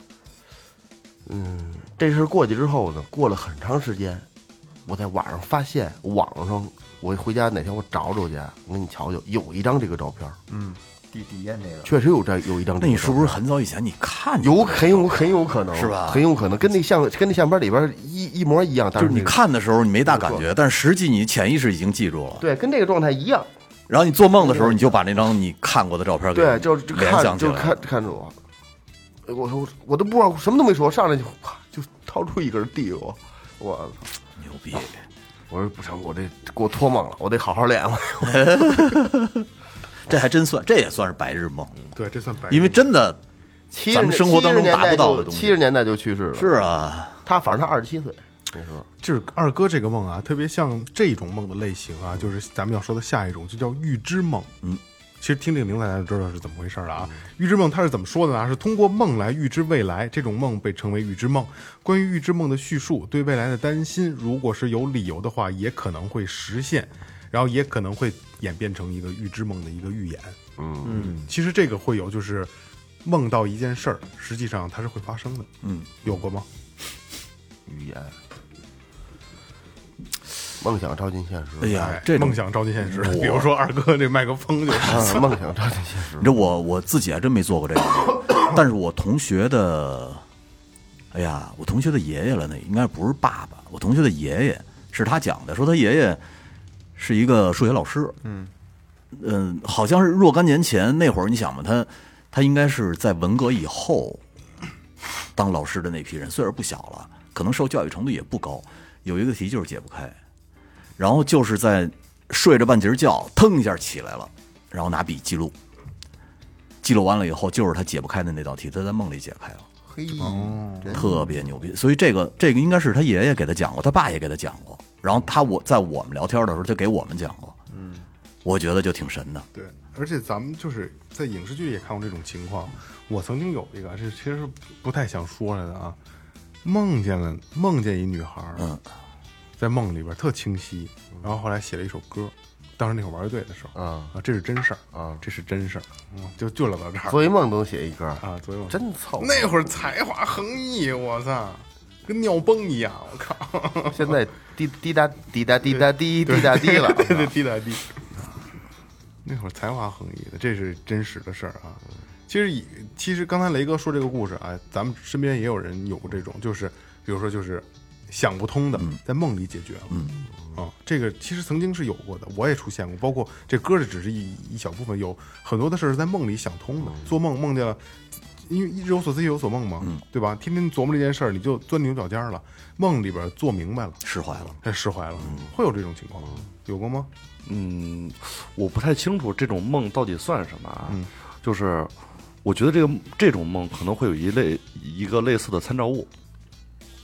这事过去之后呢，过了很长时间，我在网上发现，网上我回家哪天我找去，我给你瞧瞧，有一张这个照片， 递烟这个， 确实有一张。 那你是不是很早以前你看很有可能是吧？ 很有可能跟那相片里边一模一样，但就是你看的时候你没大感觉，但是实际你潜意识已经记住了。 对，跟这个状态一样。 然后你做梦的时候，你就把那张你看过的照片给对，就联想起来， 看着我，我都不知道，什么都没说，上来就掏出一根递给我，我操， 牛逼！ 我说不成，我这给我托梦了，我得好好练了。 这还真算，这也算是白日梦。 对，这算白日梦， 因为真的，咱们生活当中达不到的东西。 70年代就去世了。 是啊， 他反正他27岁那时候。 就是二哥这个梦啊，特别像这种梦的类型啊，就是咱们要说的下一种，就叫预知梦。其实听这个名字大家就知道是怎么回事了啊。预知梦它是怎么说的呢？是通过梦来预知未来，这种梦被称为预知梦。关于预知梦的叙述，对未来的担心，如果是有理由的话，也可能会实现，然后也可能会演变成一个预知梦的一个预演。其实这个会有，就是梦到一件事儿，实际上它是会发生的。有过吗？ 预言。梦想照进现实。 哎呀，这梦想照进现实。比如说二哥这麦克风就是。 梦想照进现实。 你知道我自己还真没做过这个，但是我同学的，哎呀，我同学的爷爷了，那应该不是爸爸，我同学的爷爷是他讲的，说他爷爷是一个数学老师。好像是若干年前那会儿，你想吧，他应该是在文革以后当老师的那批人，岁数不小了，可能受教育程度也不高，有一个题就是解不开，然后就是在睡着半截觉，腾一下起来了，然后拿笔记录完了以后，就是他解不开的那道题，他在梦里解开了。特别牛逼。所以这个应该是他爷爷给他讲过，他爸也给他讲过，然后在我们聊天的时候就给我们讲过。我觉得就挺神的。 对，而且咱们就是在影视剧也看过这种情况。我曾经有一个，这其实不太想说来的啊，梦见一女孩，在梦里边特清晰，然后后来写了一首歌。当时那会儿玩乐队的时候，这是真事儿啊，这是真事儿，就聊到这儿。 做一梦都写一歌啊，做一梦真凑。 那会儿才华横溢，我操，跟尿崩一样，我靠！ 现在滴答滴答滴答滴滴答滴了， 对，滴答滴。那会儿才华横溢的，这是真实的事儿啊。其实刚才雷哥说这个故事啊，咱们身边也有人有过这种，就是比如说就是想不通的，在梦里解决了。这个其实曾经是有过的，我也出现过。包括这歌的只是一小部分，有很多的事儿是在梦里想通的。做梦梦见了，因为日有所思夜有所梦嘛，对吧？天天琢磨这件事儿，你就钻牛角尖了。梦里边做明白了，释怀了，会有这种情况，有过吗？ 我不太清楚这种梦到底算什么啊。就是我觉得这种梦可能会有一个类似的参照物。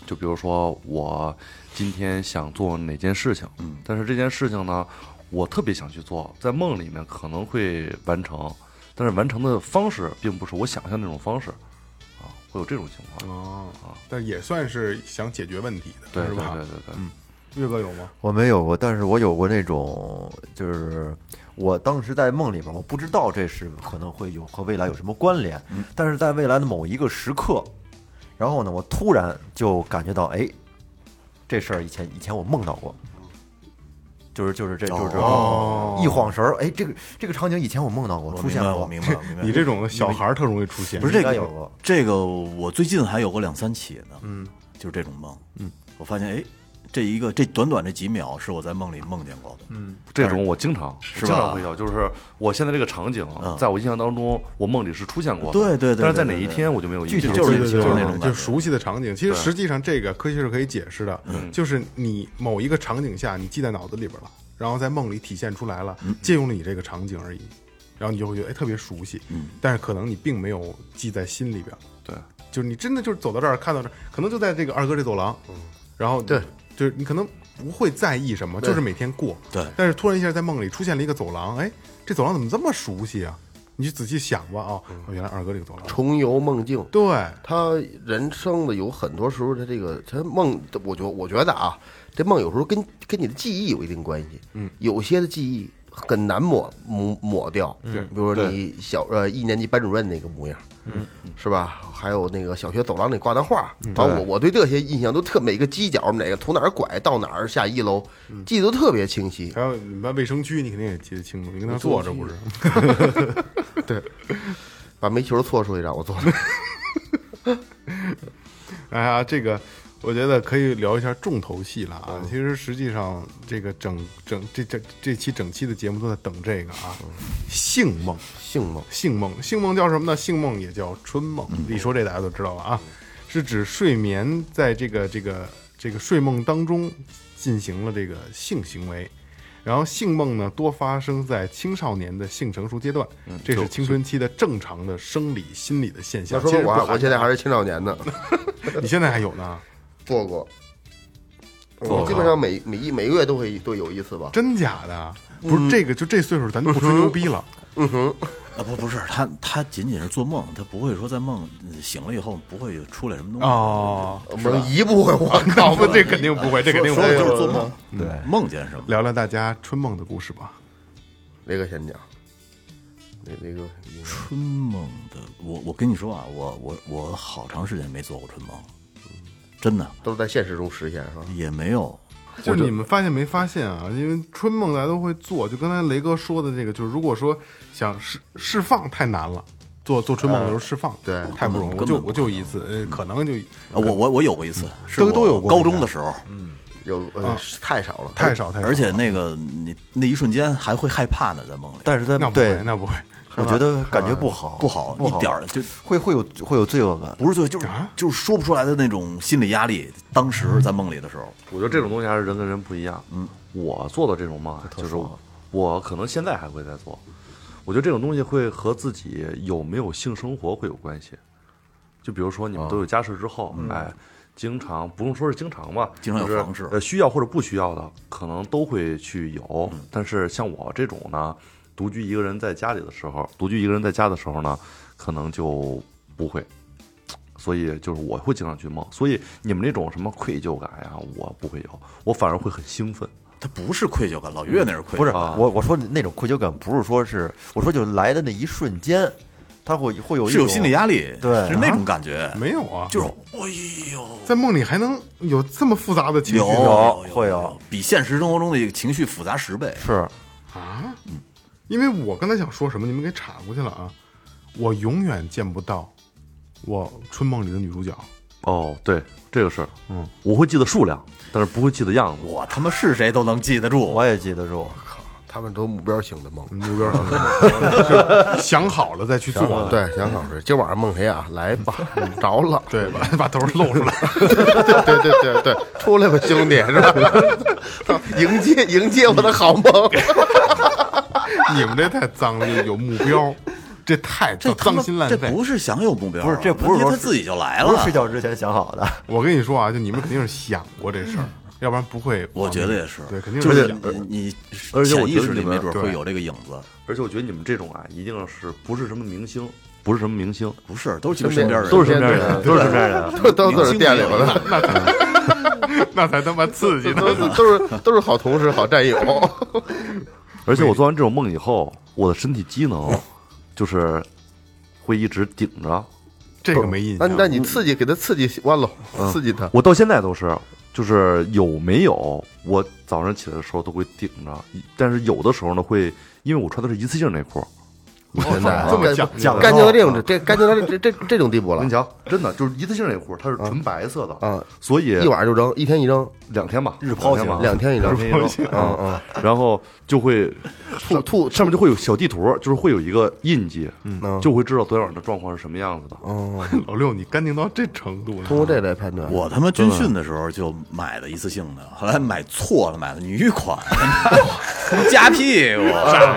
就比如说我今天想做哪件事情，但是这件事情呢，我特别想去做，在梦里面可能会完成，但是完成的方式并不是我想象那种方式，啊，会有这种情况。 哦，但也算是想解决问题的， 对是吧？ 对， 岳哥有吗？ 我没有过，但是我有过那种，就是我当时在梦里边，我不知道这是可能会有和未来有什么关联，但是在未来的某一个时刻，然后呢，我突然就感觉到，哎，这事儿以前我梦到过。就是一晃神儿，哎，这个场景以前我梦到过，出现过。 我明白了。 你这种小孩儿特容易出现， 不是这有过个我最近还有过2-3起呢，就是这种梦，我发现哎，这短短这几秒是我在梦里梦见过的， 这种我经常会有，就是我现在这个场景，在我印象当中，我梦里是出现过的， 对， 但是在哪一天我就没有印象， 就是那种就熟悉的场景。其实实际上这个科学是可以解释的，就是你某一个场景下你记在脑子里边了，然后在梦里体现出来了，借用了你这个场景而已，然后你就会觉得哎特别熟悉，但是可能你并没有记在心里边。 对， 就是你真的就是走到这儿看到这儿，可能就在这个二哥这走廊，然后对， 就是你可能不会在意什么，就是每天过。 对， 但是突然一下在梦里出现了一个走廊，哎，这走廊怎么这么熟悉啊？你就仔细想吧，原来二哥这个走廊。 重游梦境， 对， 他人生的有很多时候，他梦，我觉得啊，这梦有时候跟你的记忆有一定关系。有些的记忆很难抹掉。比如说你1年级班主任那个模样，是吧？还有那个小学走廊里挂的画，我对这些印象都每个犄角哪个从哪儿拐到哪儿下1楼，记得都特别清晰。 还有你们卫生区，你肯定也记得清楚，你跟他坐着不是？ 对，把煤球搓出去让我坐着。 哎呀，这个我觉得可以聊一下重头戏了啊！其实实际上这个整期的节目都在等这个啊，性梦叫什么呢？性梦也叫春梦。一说这大家都知道了啊，是指睡眠在这个睡梦当中进行了这个性行为。然后性梦呢，多发生在青少年的性成熟阶段，这是青春期的正常的生理心理的现象。 要说我现在还是青少年呢， 你现在还有呢？ 做过，我基本上每个月都有一次吧。 真假的？不是这个，就这岁数，咱就不吹牛逼了。 不是他仅仅是做梦，他不会说在梦醒了以后不会出来什么东西。 哦，一不会，我靠， 这肯定不会，这肯定不会， 就是做梦。对，梦见什么？ 聊聊大家春梦的故事吧。 那个先讲，那个春梦的，我跟你说啊，我好长时间没做过春梦，真的都是在现实中实现是吧？ 也没有。 就是你们发现没发现啊？因为春梦大家都会做，就刚才雷哥说的这个，就是如果说想释放太难了，做春梦的时候释放， 对， 太不容易。我就一次，可能就我有过一次， 都有过。 高中的时候， 有太少了， 太少， 而且那个你那一瞬间还会害怕呢，在梦里。 但是在那不会。 我觉得感觉不好， 一点儿就会有罪恶感， 不是罪，就是说不出来的那种心理压力。当时在梦里的时候， 我觉得这种东西还是人跟人不一样。我做的这种梦，就是我可能现在还会在做。我觉得这种东西会和自己有没有性生活会有关系。就比如说你们都有家室之后，经常不用说是经常吧， 经常有房事， 需要或者不需要的，可能都会去有。但是像我这种呢，独居一个人在家的时候呢，可能就不会，所以就是我会经常去梦。所以你们那种什么愧疚感呀，我不会有，我反而会很兴奋。 他不是愧疚感，老岳那是愧疚感。 不是我说的那种愧疚感，不是说是我说就来的那一瞬间，他会有是有心理压力， 对， 是那种感觉。 没有啊， 就是哎呦， 在梦里还能有这么复杂的情绪？ 会有， 比现实生活中的情绪复杂10倍。 是啊，因为我刚才想说什么，你们给岔过去了啊！我永远见不到我春梦里的女主角。 哦，对，这个是，我会记得数量，但是不会记得样子。 我他妈是谁都能记得住， 我也记得住。 他们都目标型的梦， 目标型的想好了再去做。 对，想好了，今晚上梦谁啊？来吧，着了， 对，把头露出来。 对，出来吧，兄弟，是吧？迎接我的好梦。 你们这太脏了，有目标。 这太这他妈脏心烂肺。 这不是想有目标啊， 不是这不是说问题他自己就来了不是睡。觉之前想好的。 我跟你说啊，就你们肯定是想过这事儿，要不然不会。 我觉得也是， 对，肯定就是想。 你而且我潜意识里觉得你们对没准会有这个影子， 而且我觉得你们这种啊，一定是不是什么明星，不是什么明星， 不是都是基本身边人， 都是身边人，都是身边人。 都是店里的， 那才他妈刺激呢。 都是好同事、好战友。 而且我做完这种梦以后，我的身体机能就是会一直顶着。 这个没印象。 那你给他刺激完了，刺激他。 我到现在都是，就是有没有，我早上起来的时候都会顶着，但是有的时候呢会，因为我穿的是一次性内裤， 现在这么讲干净到这种地步了我跟你。讲，真的就是一次性内裤，它是纯白色的， 啊， 所以一晚就扔，一天一扔 2天吧， 日抛型 ，2天一扔。 日抛型然后就会吐上面就会有小地图，就是会有一个印记， 嗯就会知道昨天晚上的状况是什么样子的。 哦， 老六，你干净到这程度呢？ 通过这来判断。 我他妈军训的时候就买的一次性的，后来买错了，买的女款，夹屁股，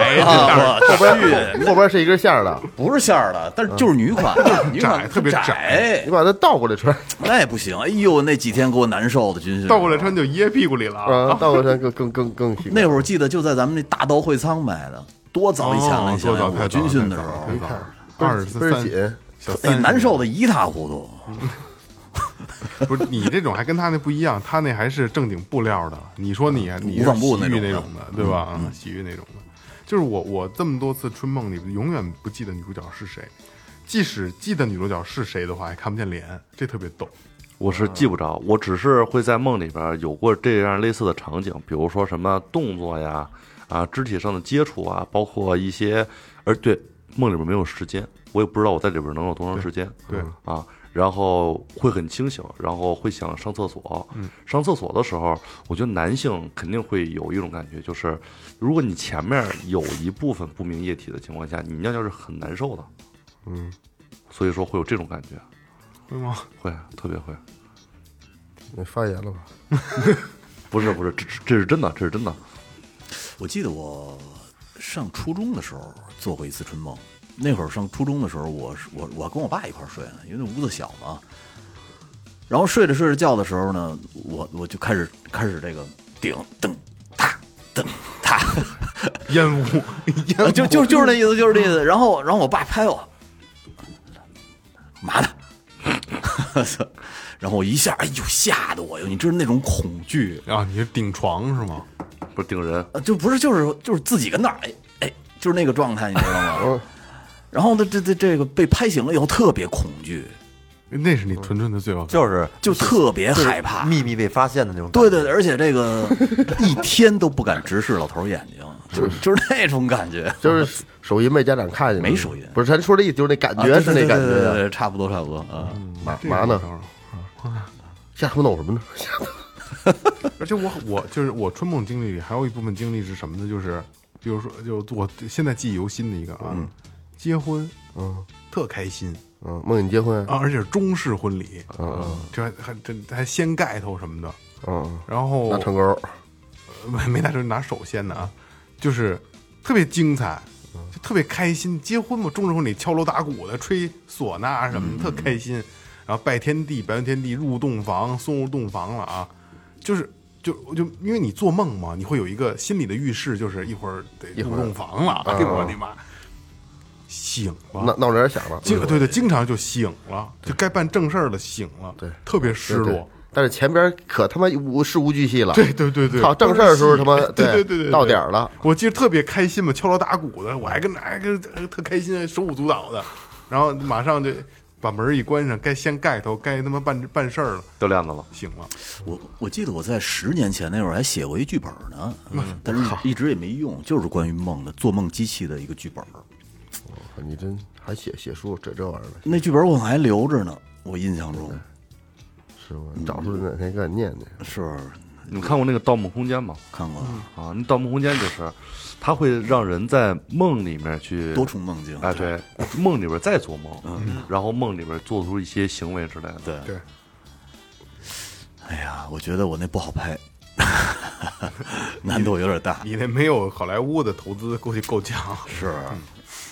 后边是一根线儿的， 不是线儿的，但是就是女款，女款特别窄你把它倒过来穿， 那也不行。哎呦，那几天给我难受的军训， 倒过来穿就掖屁股里了啊。 倒过来穿更行。 那会儿记得就在咱们那大刀会仓买的，多早以前了，你想想我多早太早军训的时候， 太早了倍儿紧， 小哎， 30 难受的一塌糊涂。 不是你这种还跟他那不一样，他那还是正经布料的。你说你啊，你无纺布是洗浴那种的那种的，对吧？洗浴那种的，就是我这么多次春梦里永远不记得女主角是谁，即使记得女主角是谁的话，也看不见脸，这特别逗。 我是记不着，我只是会在梦里边有过这样类似的场景，比如说什么动作呀，肢体上的接触啊，包括一些，对，梦里边没有时间，我也不知道我在里边能有多长时间， 对啊，然后会很清醒，然后会想上厕所，上厕所的时候，我觉得男性肯定会有一种感觉，就是如果你前面有一部分不明液体的情况下，你尿尿是很难受的，所以说会有这种感觉。 会吗？ 会，特别会。 你发炎了吧？ 不是，这是真的，这是真的。 我记得我上初中的时候做过一次春梦。那会儿上初中的时候，我跟我爸一块儿睡呢，因为那屋子小嘛。然后睡着睡着觉的时候呢，我就开始这个顶噔哒噔哒， 烟雾， 就是那意思，就是那意思。然后我爸拍我，嘛呢？然后我一下，哎呦，吓得我哟！你知道那种恐惧啊！你是顶床是吗？ 不是顶人， 就不是，就是自己跟那儿，哎，就是那个状态，你知道吗？然后这个被拍醒了以后，特别恐惧， 那是你纯的罪恶感， 就特别害怕， 秘密被发现的那种感觉。 对，而且这个一天都不敢直视老头眼睛，就是那种感觉， 就是手淫被家长看见， 没手淫， 不是他说的意思，就是那感觉是那感觉， 对，差不多啊。 嘛呢？瞎胡弄什么呢？ 而且我春梦经历里还有一部分经历是什么呢？就是比如说，就我现在记忆犹新的一个结婚，特开心， 梦见结婚而且是中式婚礼，这还掀盖头什么的，然后拿成钩， 没拿成拿手掀的啊，就是特别精彩，就特别开心。结婚嘛，中式婚礼敲锣打鼓的，吹唢呐什么的，特开心。然后拜天地，拜完天地入洞房，送入洞房了啊，就因为你做梦嘛，你会有一个心理的预示，就是一会儿得入洞房了，哎呦我的妈！醒了， 闹铃响了， 对，经常就醒了，就该办正事儿了，醒了， 对， 特别失落。 但是前边可他妈无巨细了， 对， 好正事儿的时候他妈对到点了， 我记得特别开心嘛，敲锣打鼓的，我还跟特开心，手舞足蹈的，然后马上就把门一关上，该掀盖头，该他妈办事儿了， 掉链子了， 醒了。 我记得我在10年前那会儿还写过一剧本呢，但是一直也没用，就是关于梦的做梦机器的一个剧本。 你真还写书这玩意儿了？ 那剧本我还留着呢，我印象中是我找出来哪天给你念念。 是， 你看过那个《盗梦空间》吗？ 看过啊，那《盗梦空间》就是它会让人在梦里面去多重梦境， 哎，对，梦里边再做梦，然后梦里边做出一些行为之类的。 对。 哎呀，我觉得我那不好拍，难度有点大。 你那没有好莱坞的投资，估计够呛。 是，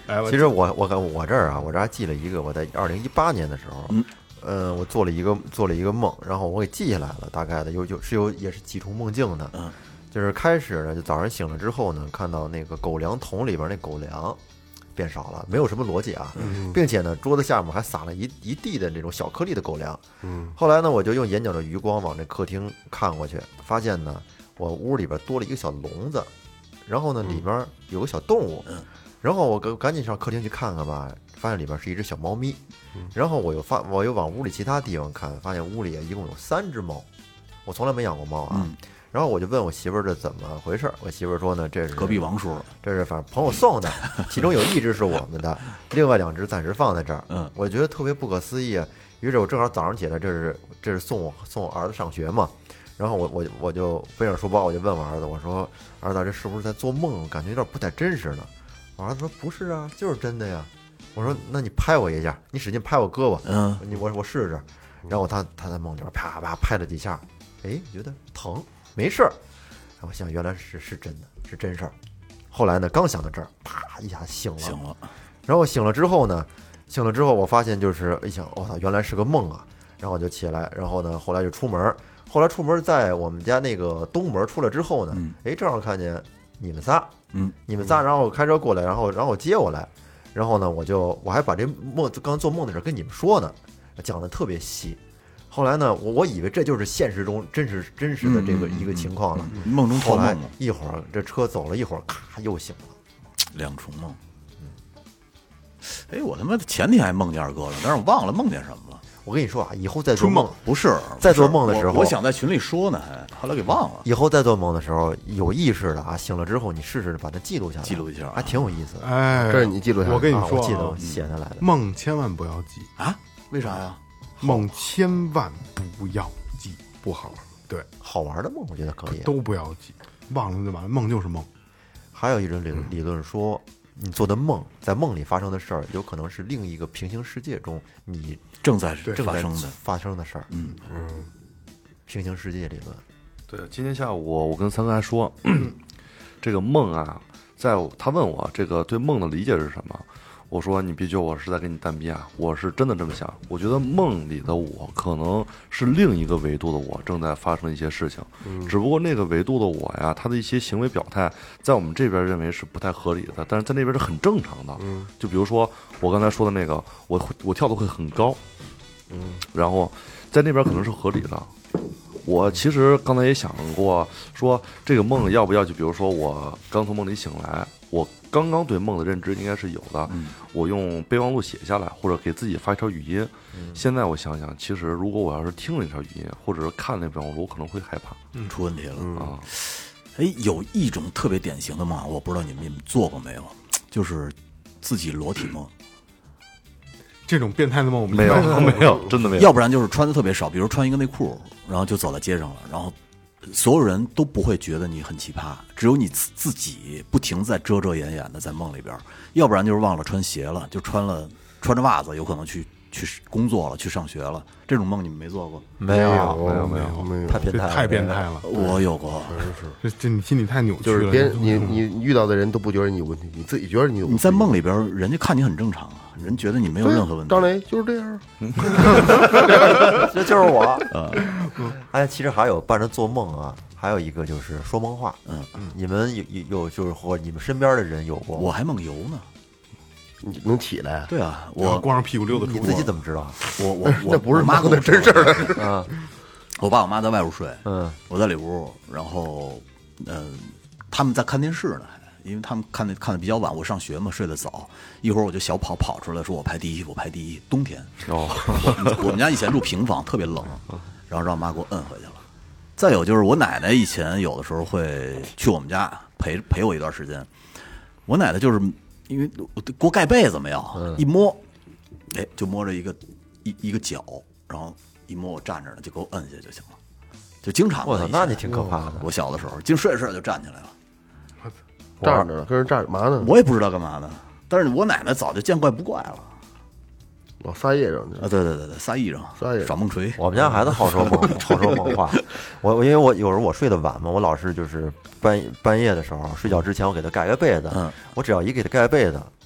哎， 其实我这儿啊，我这还记了一个，我在2018年的时候，我做了一个梦，然后我给记下来了，大概的也是几重梦境的，就是开始呢，就早上醒了之后呢，看到那个狗粮桶里边那狗粮变少了，没有什么逻辑啊，并且呢，桌子下面还撒了一地的这种小颗粒的狗粮，后来呢，我就用眼角的余光往这客厅看过去，发现呢，我屋里边多了一个小笼子，然后呢，里边有个小动物，然后我赶紧上客厅去看看吧，发现里边是一只小猫咪，然后我又往屋里其他地方看，发现屋里一共有3只猫，我从来没养过猫啊。然后我就问我媳妇儿这怎么回事，我媳妇儿说呢，这是隔壁王叔， 这是反正朋友送的，其中有1只是我们的，另外2只暂时放在这儿。我觉得特别不可思议啊。于是我正好早上起来，这是送我儿子上学嘛，然后我就背上书包，我就问我儿子，我说儿子，这是不是在做梦？感觉有点不太真实呢。我儿子说不是啊，就是真的呀。我说那你拍我一下，你使劲拍我胳膊，我试试。然后他在梦里边啪啪拍了几下，哎，觉得疼，没事儿。我想原来是真的，是真事儿。后来呢，刚想到这儿，啪一下醒了。然后醒了之后我发现就是一想，我操，原来是个梦啊。然后我就起来，然后呢，后来就出门。后来出门在我们家那个东门出来之后呢，哎，正好看见你们仨，然后我开车过来，然后接我来，然后呢，我还把这刚做梦的事跟你们说呢，讲的特别细。后来呢，我以为这就是现实中真实的这个一个情况了。 梦中做梦了， 一会儿这车走了一会儿，咔又醒了 ，2重梦。哎，我他妈前天还梦见二哥了，但是我忘了梦见什么了。 我跟你说啊，以后再做梦不是在做梦的时候， 我想在群里说呢，后来给忘了。 以后再做梦的时候，有意识的啊，醒了之后你试试把它记录下来， 记录一下， 还挺有意思的。 哎，这是你记录下来。 我跟你说， 我记得我写下来的。 梦千万不要记啊？为啥呀？ 梦千万不要记，不好。对， 好玩的梦我觉得可以， 都不要记，忘了就完了。梦就是梦。 还有一种理论说，你做的梦，在梦里发生的事儿，有可能是另一个平行世界中你正在发生的事儿。平行世界理论。 对，今天下午我跟三哥还说，这个梦啊，他问我这个对梦的理解是什么。我说你别觉得我是在跟你蛋逼啊，我是真的这么想。我觉得梦里的我可能是另一个维度的我正在发生一些事情，只不过那个维度的我呀，他的一些行为表态在我们这边认为是不太合理的，但是在那边是很正常的。就比如说我刚才说的那个，我跳得会很高，然后在那边可能是合理的。我其实刚才也想过，说这个梦要不要，就比如说我刚从梦里醒来，我刚刚对梦的认知应该是有的，我用备忘录写下来，或者给自己发一条语音。现在我想想，其实如果我要是听了一条语音，或者是看那备忘录，我可能会害怕， 出问题了啊！哎，有一种特别典型的梦，我不知道你们做过没有，就是自己裸体梦。 这种变态的梦我们没有，真的没有。 要不然就是穿的特别少，比如穿一个内裤，然后就走在街上了，然后所有人都不会觉得你很奇葩，只有你自己不停在遮遮掩掩的在梦里边。要不然就是忘了穿鞋了，就穿着袜子，有可能去工作了，去上学了。这种梦你们没做过？ 没有， 太变态了。 我有过， 这你心里太扭曲了。 就是你遇到的人都不觉得你有问题，你自己觉得你有问题。 你在梦里边，人家看你很正常啊，人觉得你没有任何问题。 张磊就是这样， 这就是我。哎，其实还有伴着做梦啊，还有一个就是说梦话。你们有就是或你们身边的人有过？ 我还梦游呢。 你能起来？ 对啊，我光着屁股溜达出。 你自己怎么知道？ 我那不是妈跟我真事儿啊！ 我爸我妈在外屋睡，我在里屋，然后他们在看电视呢，因为他们看的比较晚，我上学嘛，睡得早，一会儿我就小跑出来，说我排第一，冬天。我们家以前住平房，特别冷，然后让我妈给我摁回去了。再有就是我奶奶以前有的时候会去我们家陪我一段时间，我奶奶就是。因为给我盖被子没有，一摸，哎，就摸着一个脚，然后一摸我站着呢，就给我摁下就行了，就经常。 我操，那你挺可怕的。 我小的时候，净睡着睡着就站起来了， 站着呢，跟人站着嘛呢？ 我也不知道干嘛呢，但是我奶奶早就见怪不怪了。 撒癔症啊，对，撒癔症，耍梦锤。 我们家孩子好说梦话。因为我有时候我睡得晚嘛，我老是就是半夜的时候睡觉之前，我给他盖个被子。我只要一给他盖被子，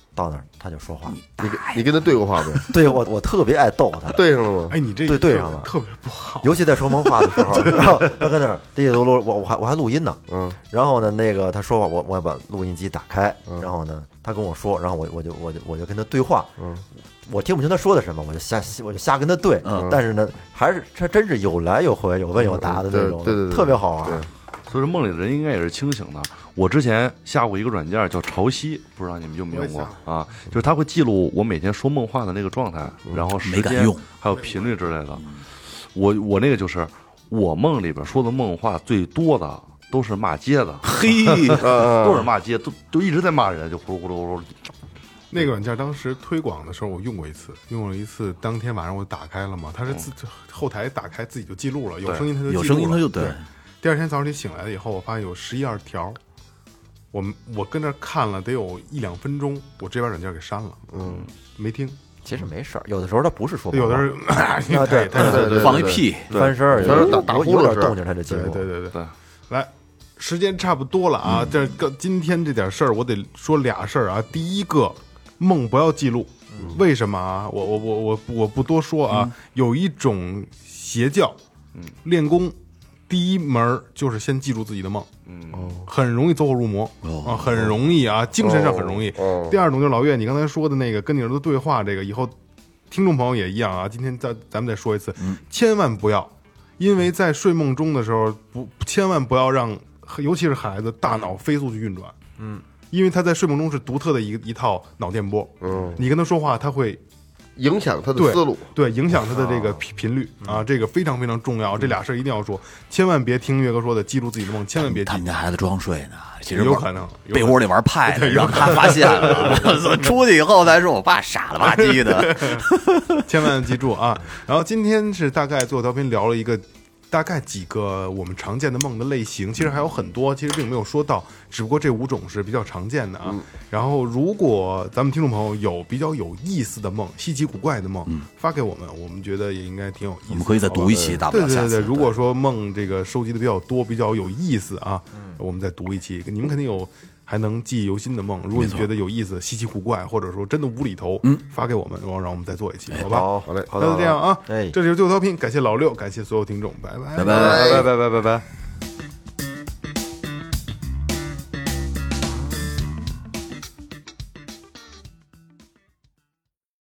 到那儿他就说话， 你跟他对过话没？ 对我特别爱逗他， 对上了吗？ 哎，你这对上了特别不好。 尤其在说梦话的时候，然后他跟那儿滴滴嘟噜，我还录音呢，然后呢，那个他说话，我要把录音机打开，然后呢，他跟我说，然后我就跟他对话，我听不清他说的什么，我就瞎跟他对，但是呢，还是他真是有来有回，有问有答的那种， 对， 特别好玩。 所以说梦里的人应该也是清醒的。我之前下过一个软件叫潮汐，不知道你们用没用过啊？就是它会记录我每天说梦话的那个状态，然后时间还有频率之类的。我那个就是我梦里边说的梦话最多的都是骂街的， 嘿， 都是骂街，都一直在骂人，就呼噜呼噜呼噜。 那个软件当时推广的时候，我用过一次，当天晚上我打开了嘛，它是后台打开自己就记录了，有声音它就记录了， 有声音它就对。 第二天早上你醒来了以后，我发现有11-12条，我跟那看了得有1-2分钟，我直接把软件给删了，没听。 其实没事儿，有的时候他不是说， 有的人对放一屁翻身儿，有点动静他就记录。 对，来，时间差不多了啊，今天这点事儿我得说俩事儿啊。第一个，梦不要记录，为什么啊？我不多说啊。有一种邪教，练功。第一门就是先记住自己的梦，很容易走火入魔啊，很容易啊，精神上很容易。第二种就是老岳你刚才说的那个跟你儿子对话，这个以后听众朋友也一样啊。今天咱们再说一次，千万不要，因为在睡梦中的时候，千万不要让，尤其是孩子大脑飞速去运转，因为他在睡梦中是独特的一套脑电波，你跟他说话，他会。 影响他的思路， 对，影响他的这个频率啊，这个非常非常重要。这俩事儿一定要说，千万别听岳哥说的，记住自己的梦，千万别记。 他们家孩子装睡呢，其实有可能被窝里玩派呢，让他发现了，出去以后才说我爸傻了吧唧的， 千万记住啊。然后今天是大概最后调频聊了一个。大概几个我们常见的梦的类型，其实还有很多，其实并没有说到，只不过这5种是比较常见的啊。然后，如果咱们听众朋友有比较有意思的梦、稀奇古怪的梦，发给我们，我们觉得也应该挺有意思的。 我们可以再读一期，大不了下次。 对，如果说梦这个收集的比较多、比较有意思啊，我们再读一期。你们肯定有还能记忆犹新的梦，如果你觉得有意思、稀奇古怪，或者说真的无厘头，发给我们，然后让我们再做一期，好吧？ 好嘞， 那就这样啊。这里是最后调频，感谢老六，感谢所有听众，拜拜。 拜拜。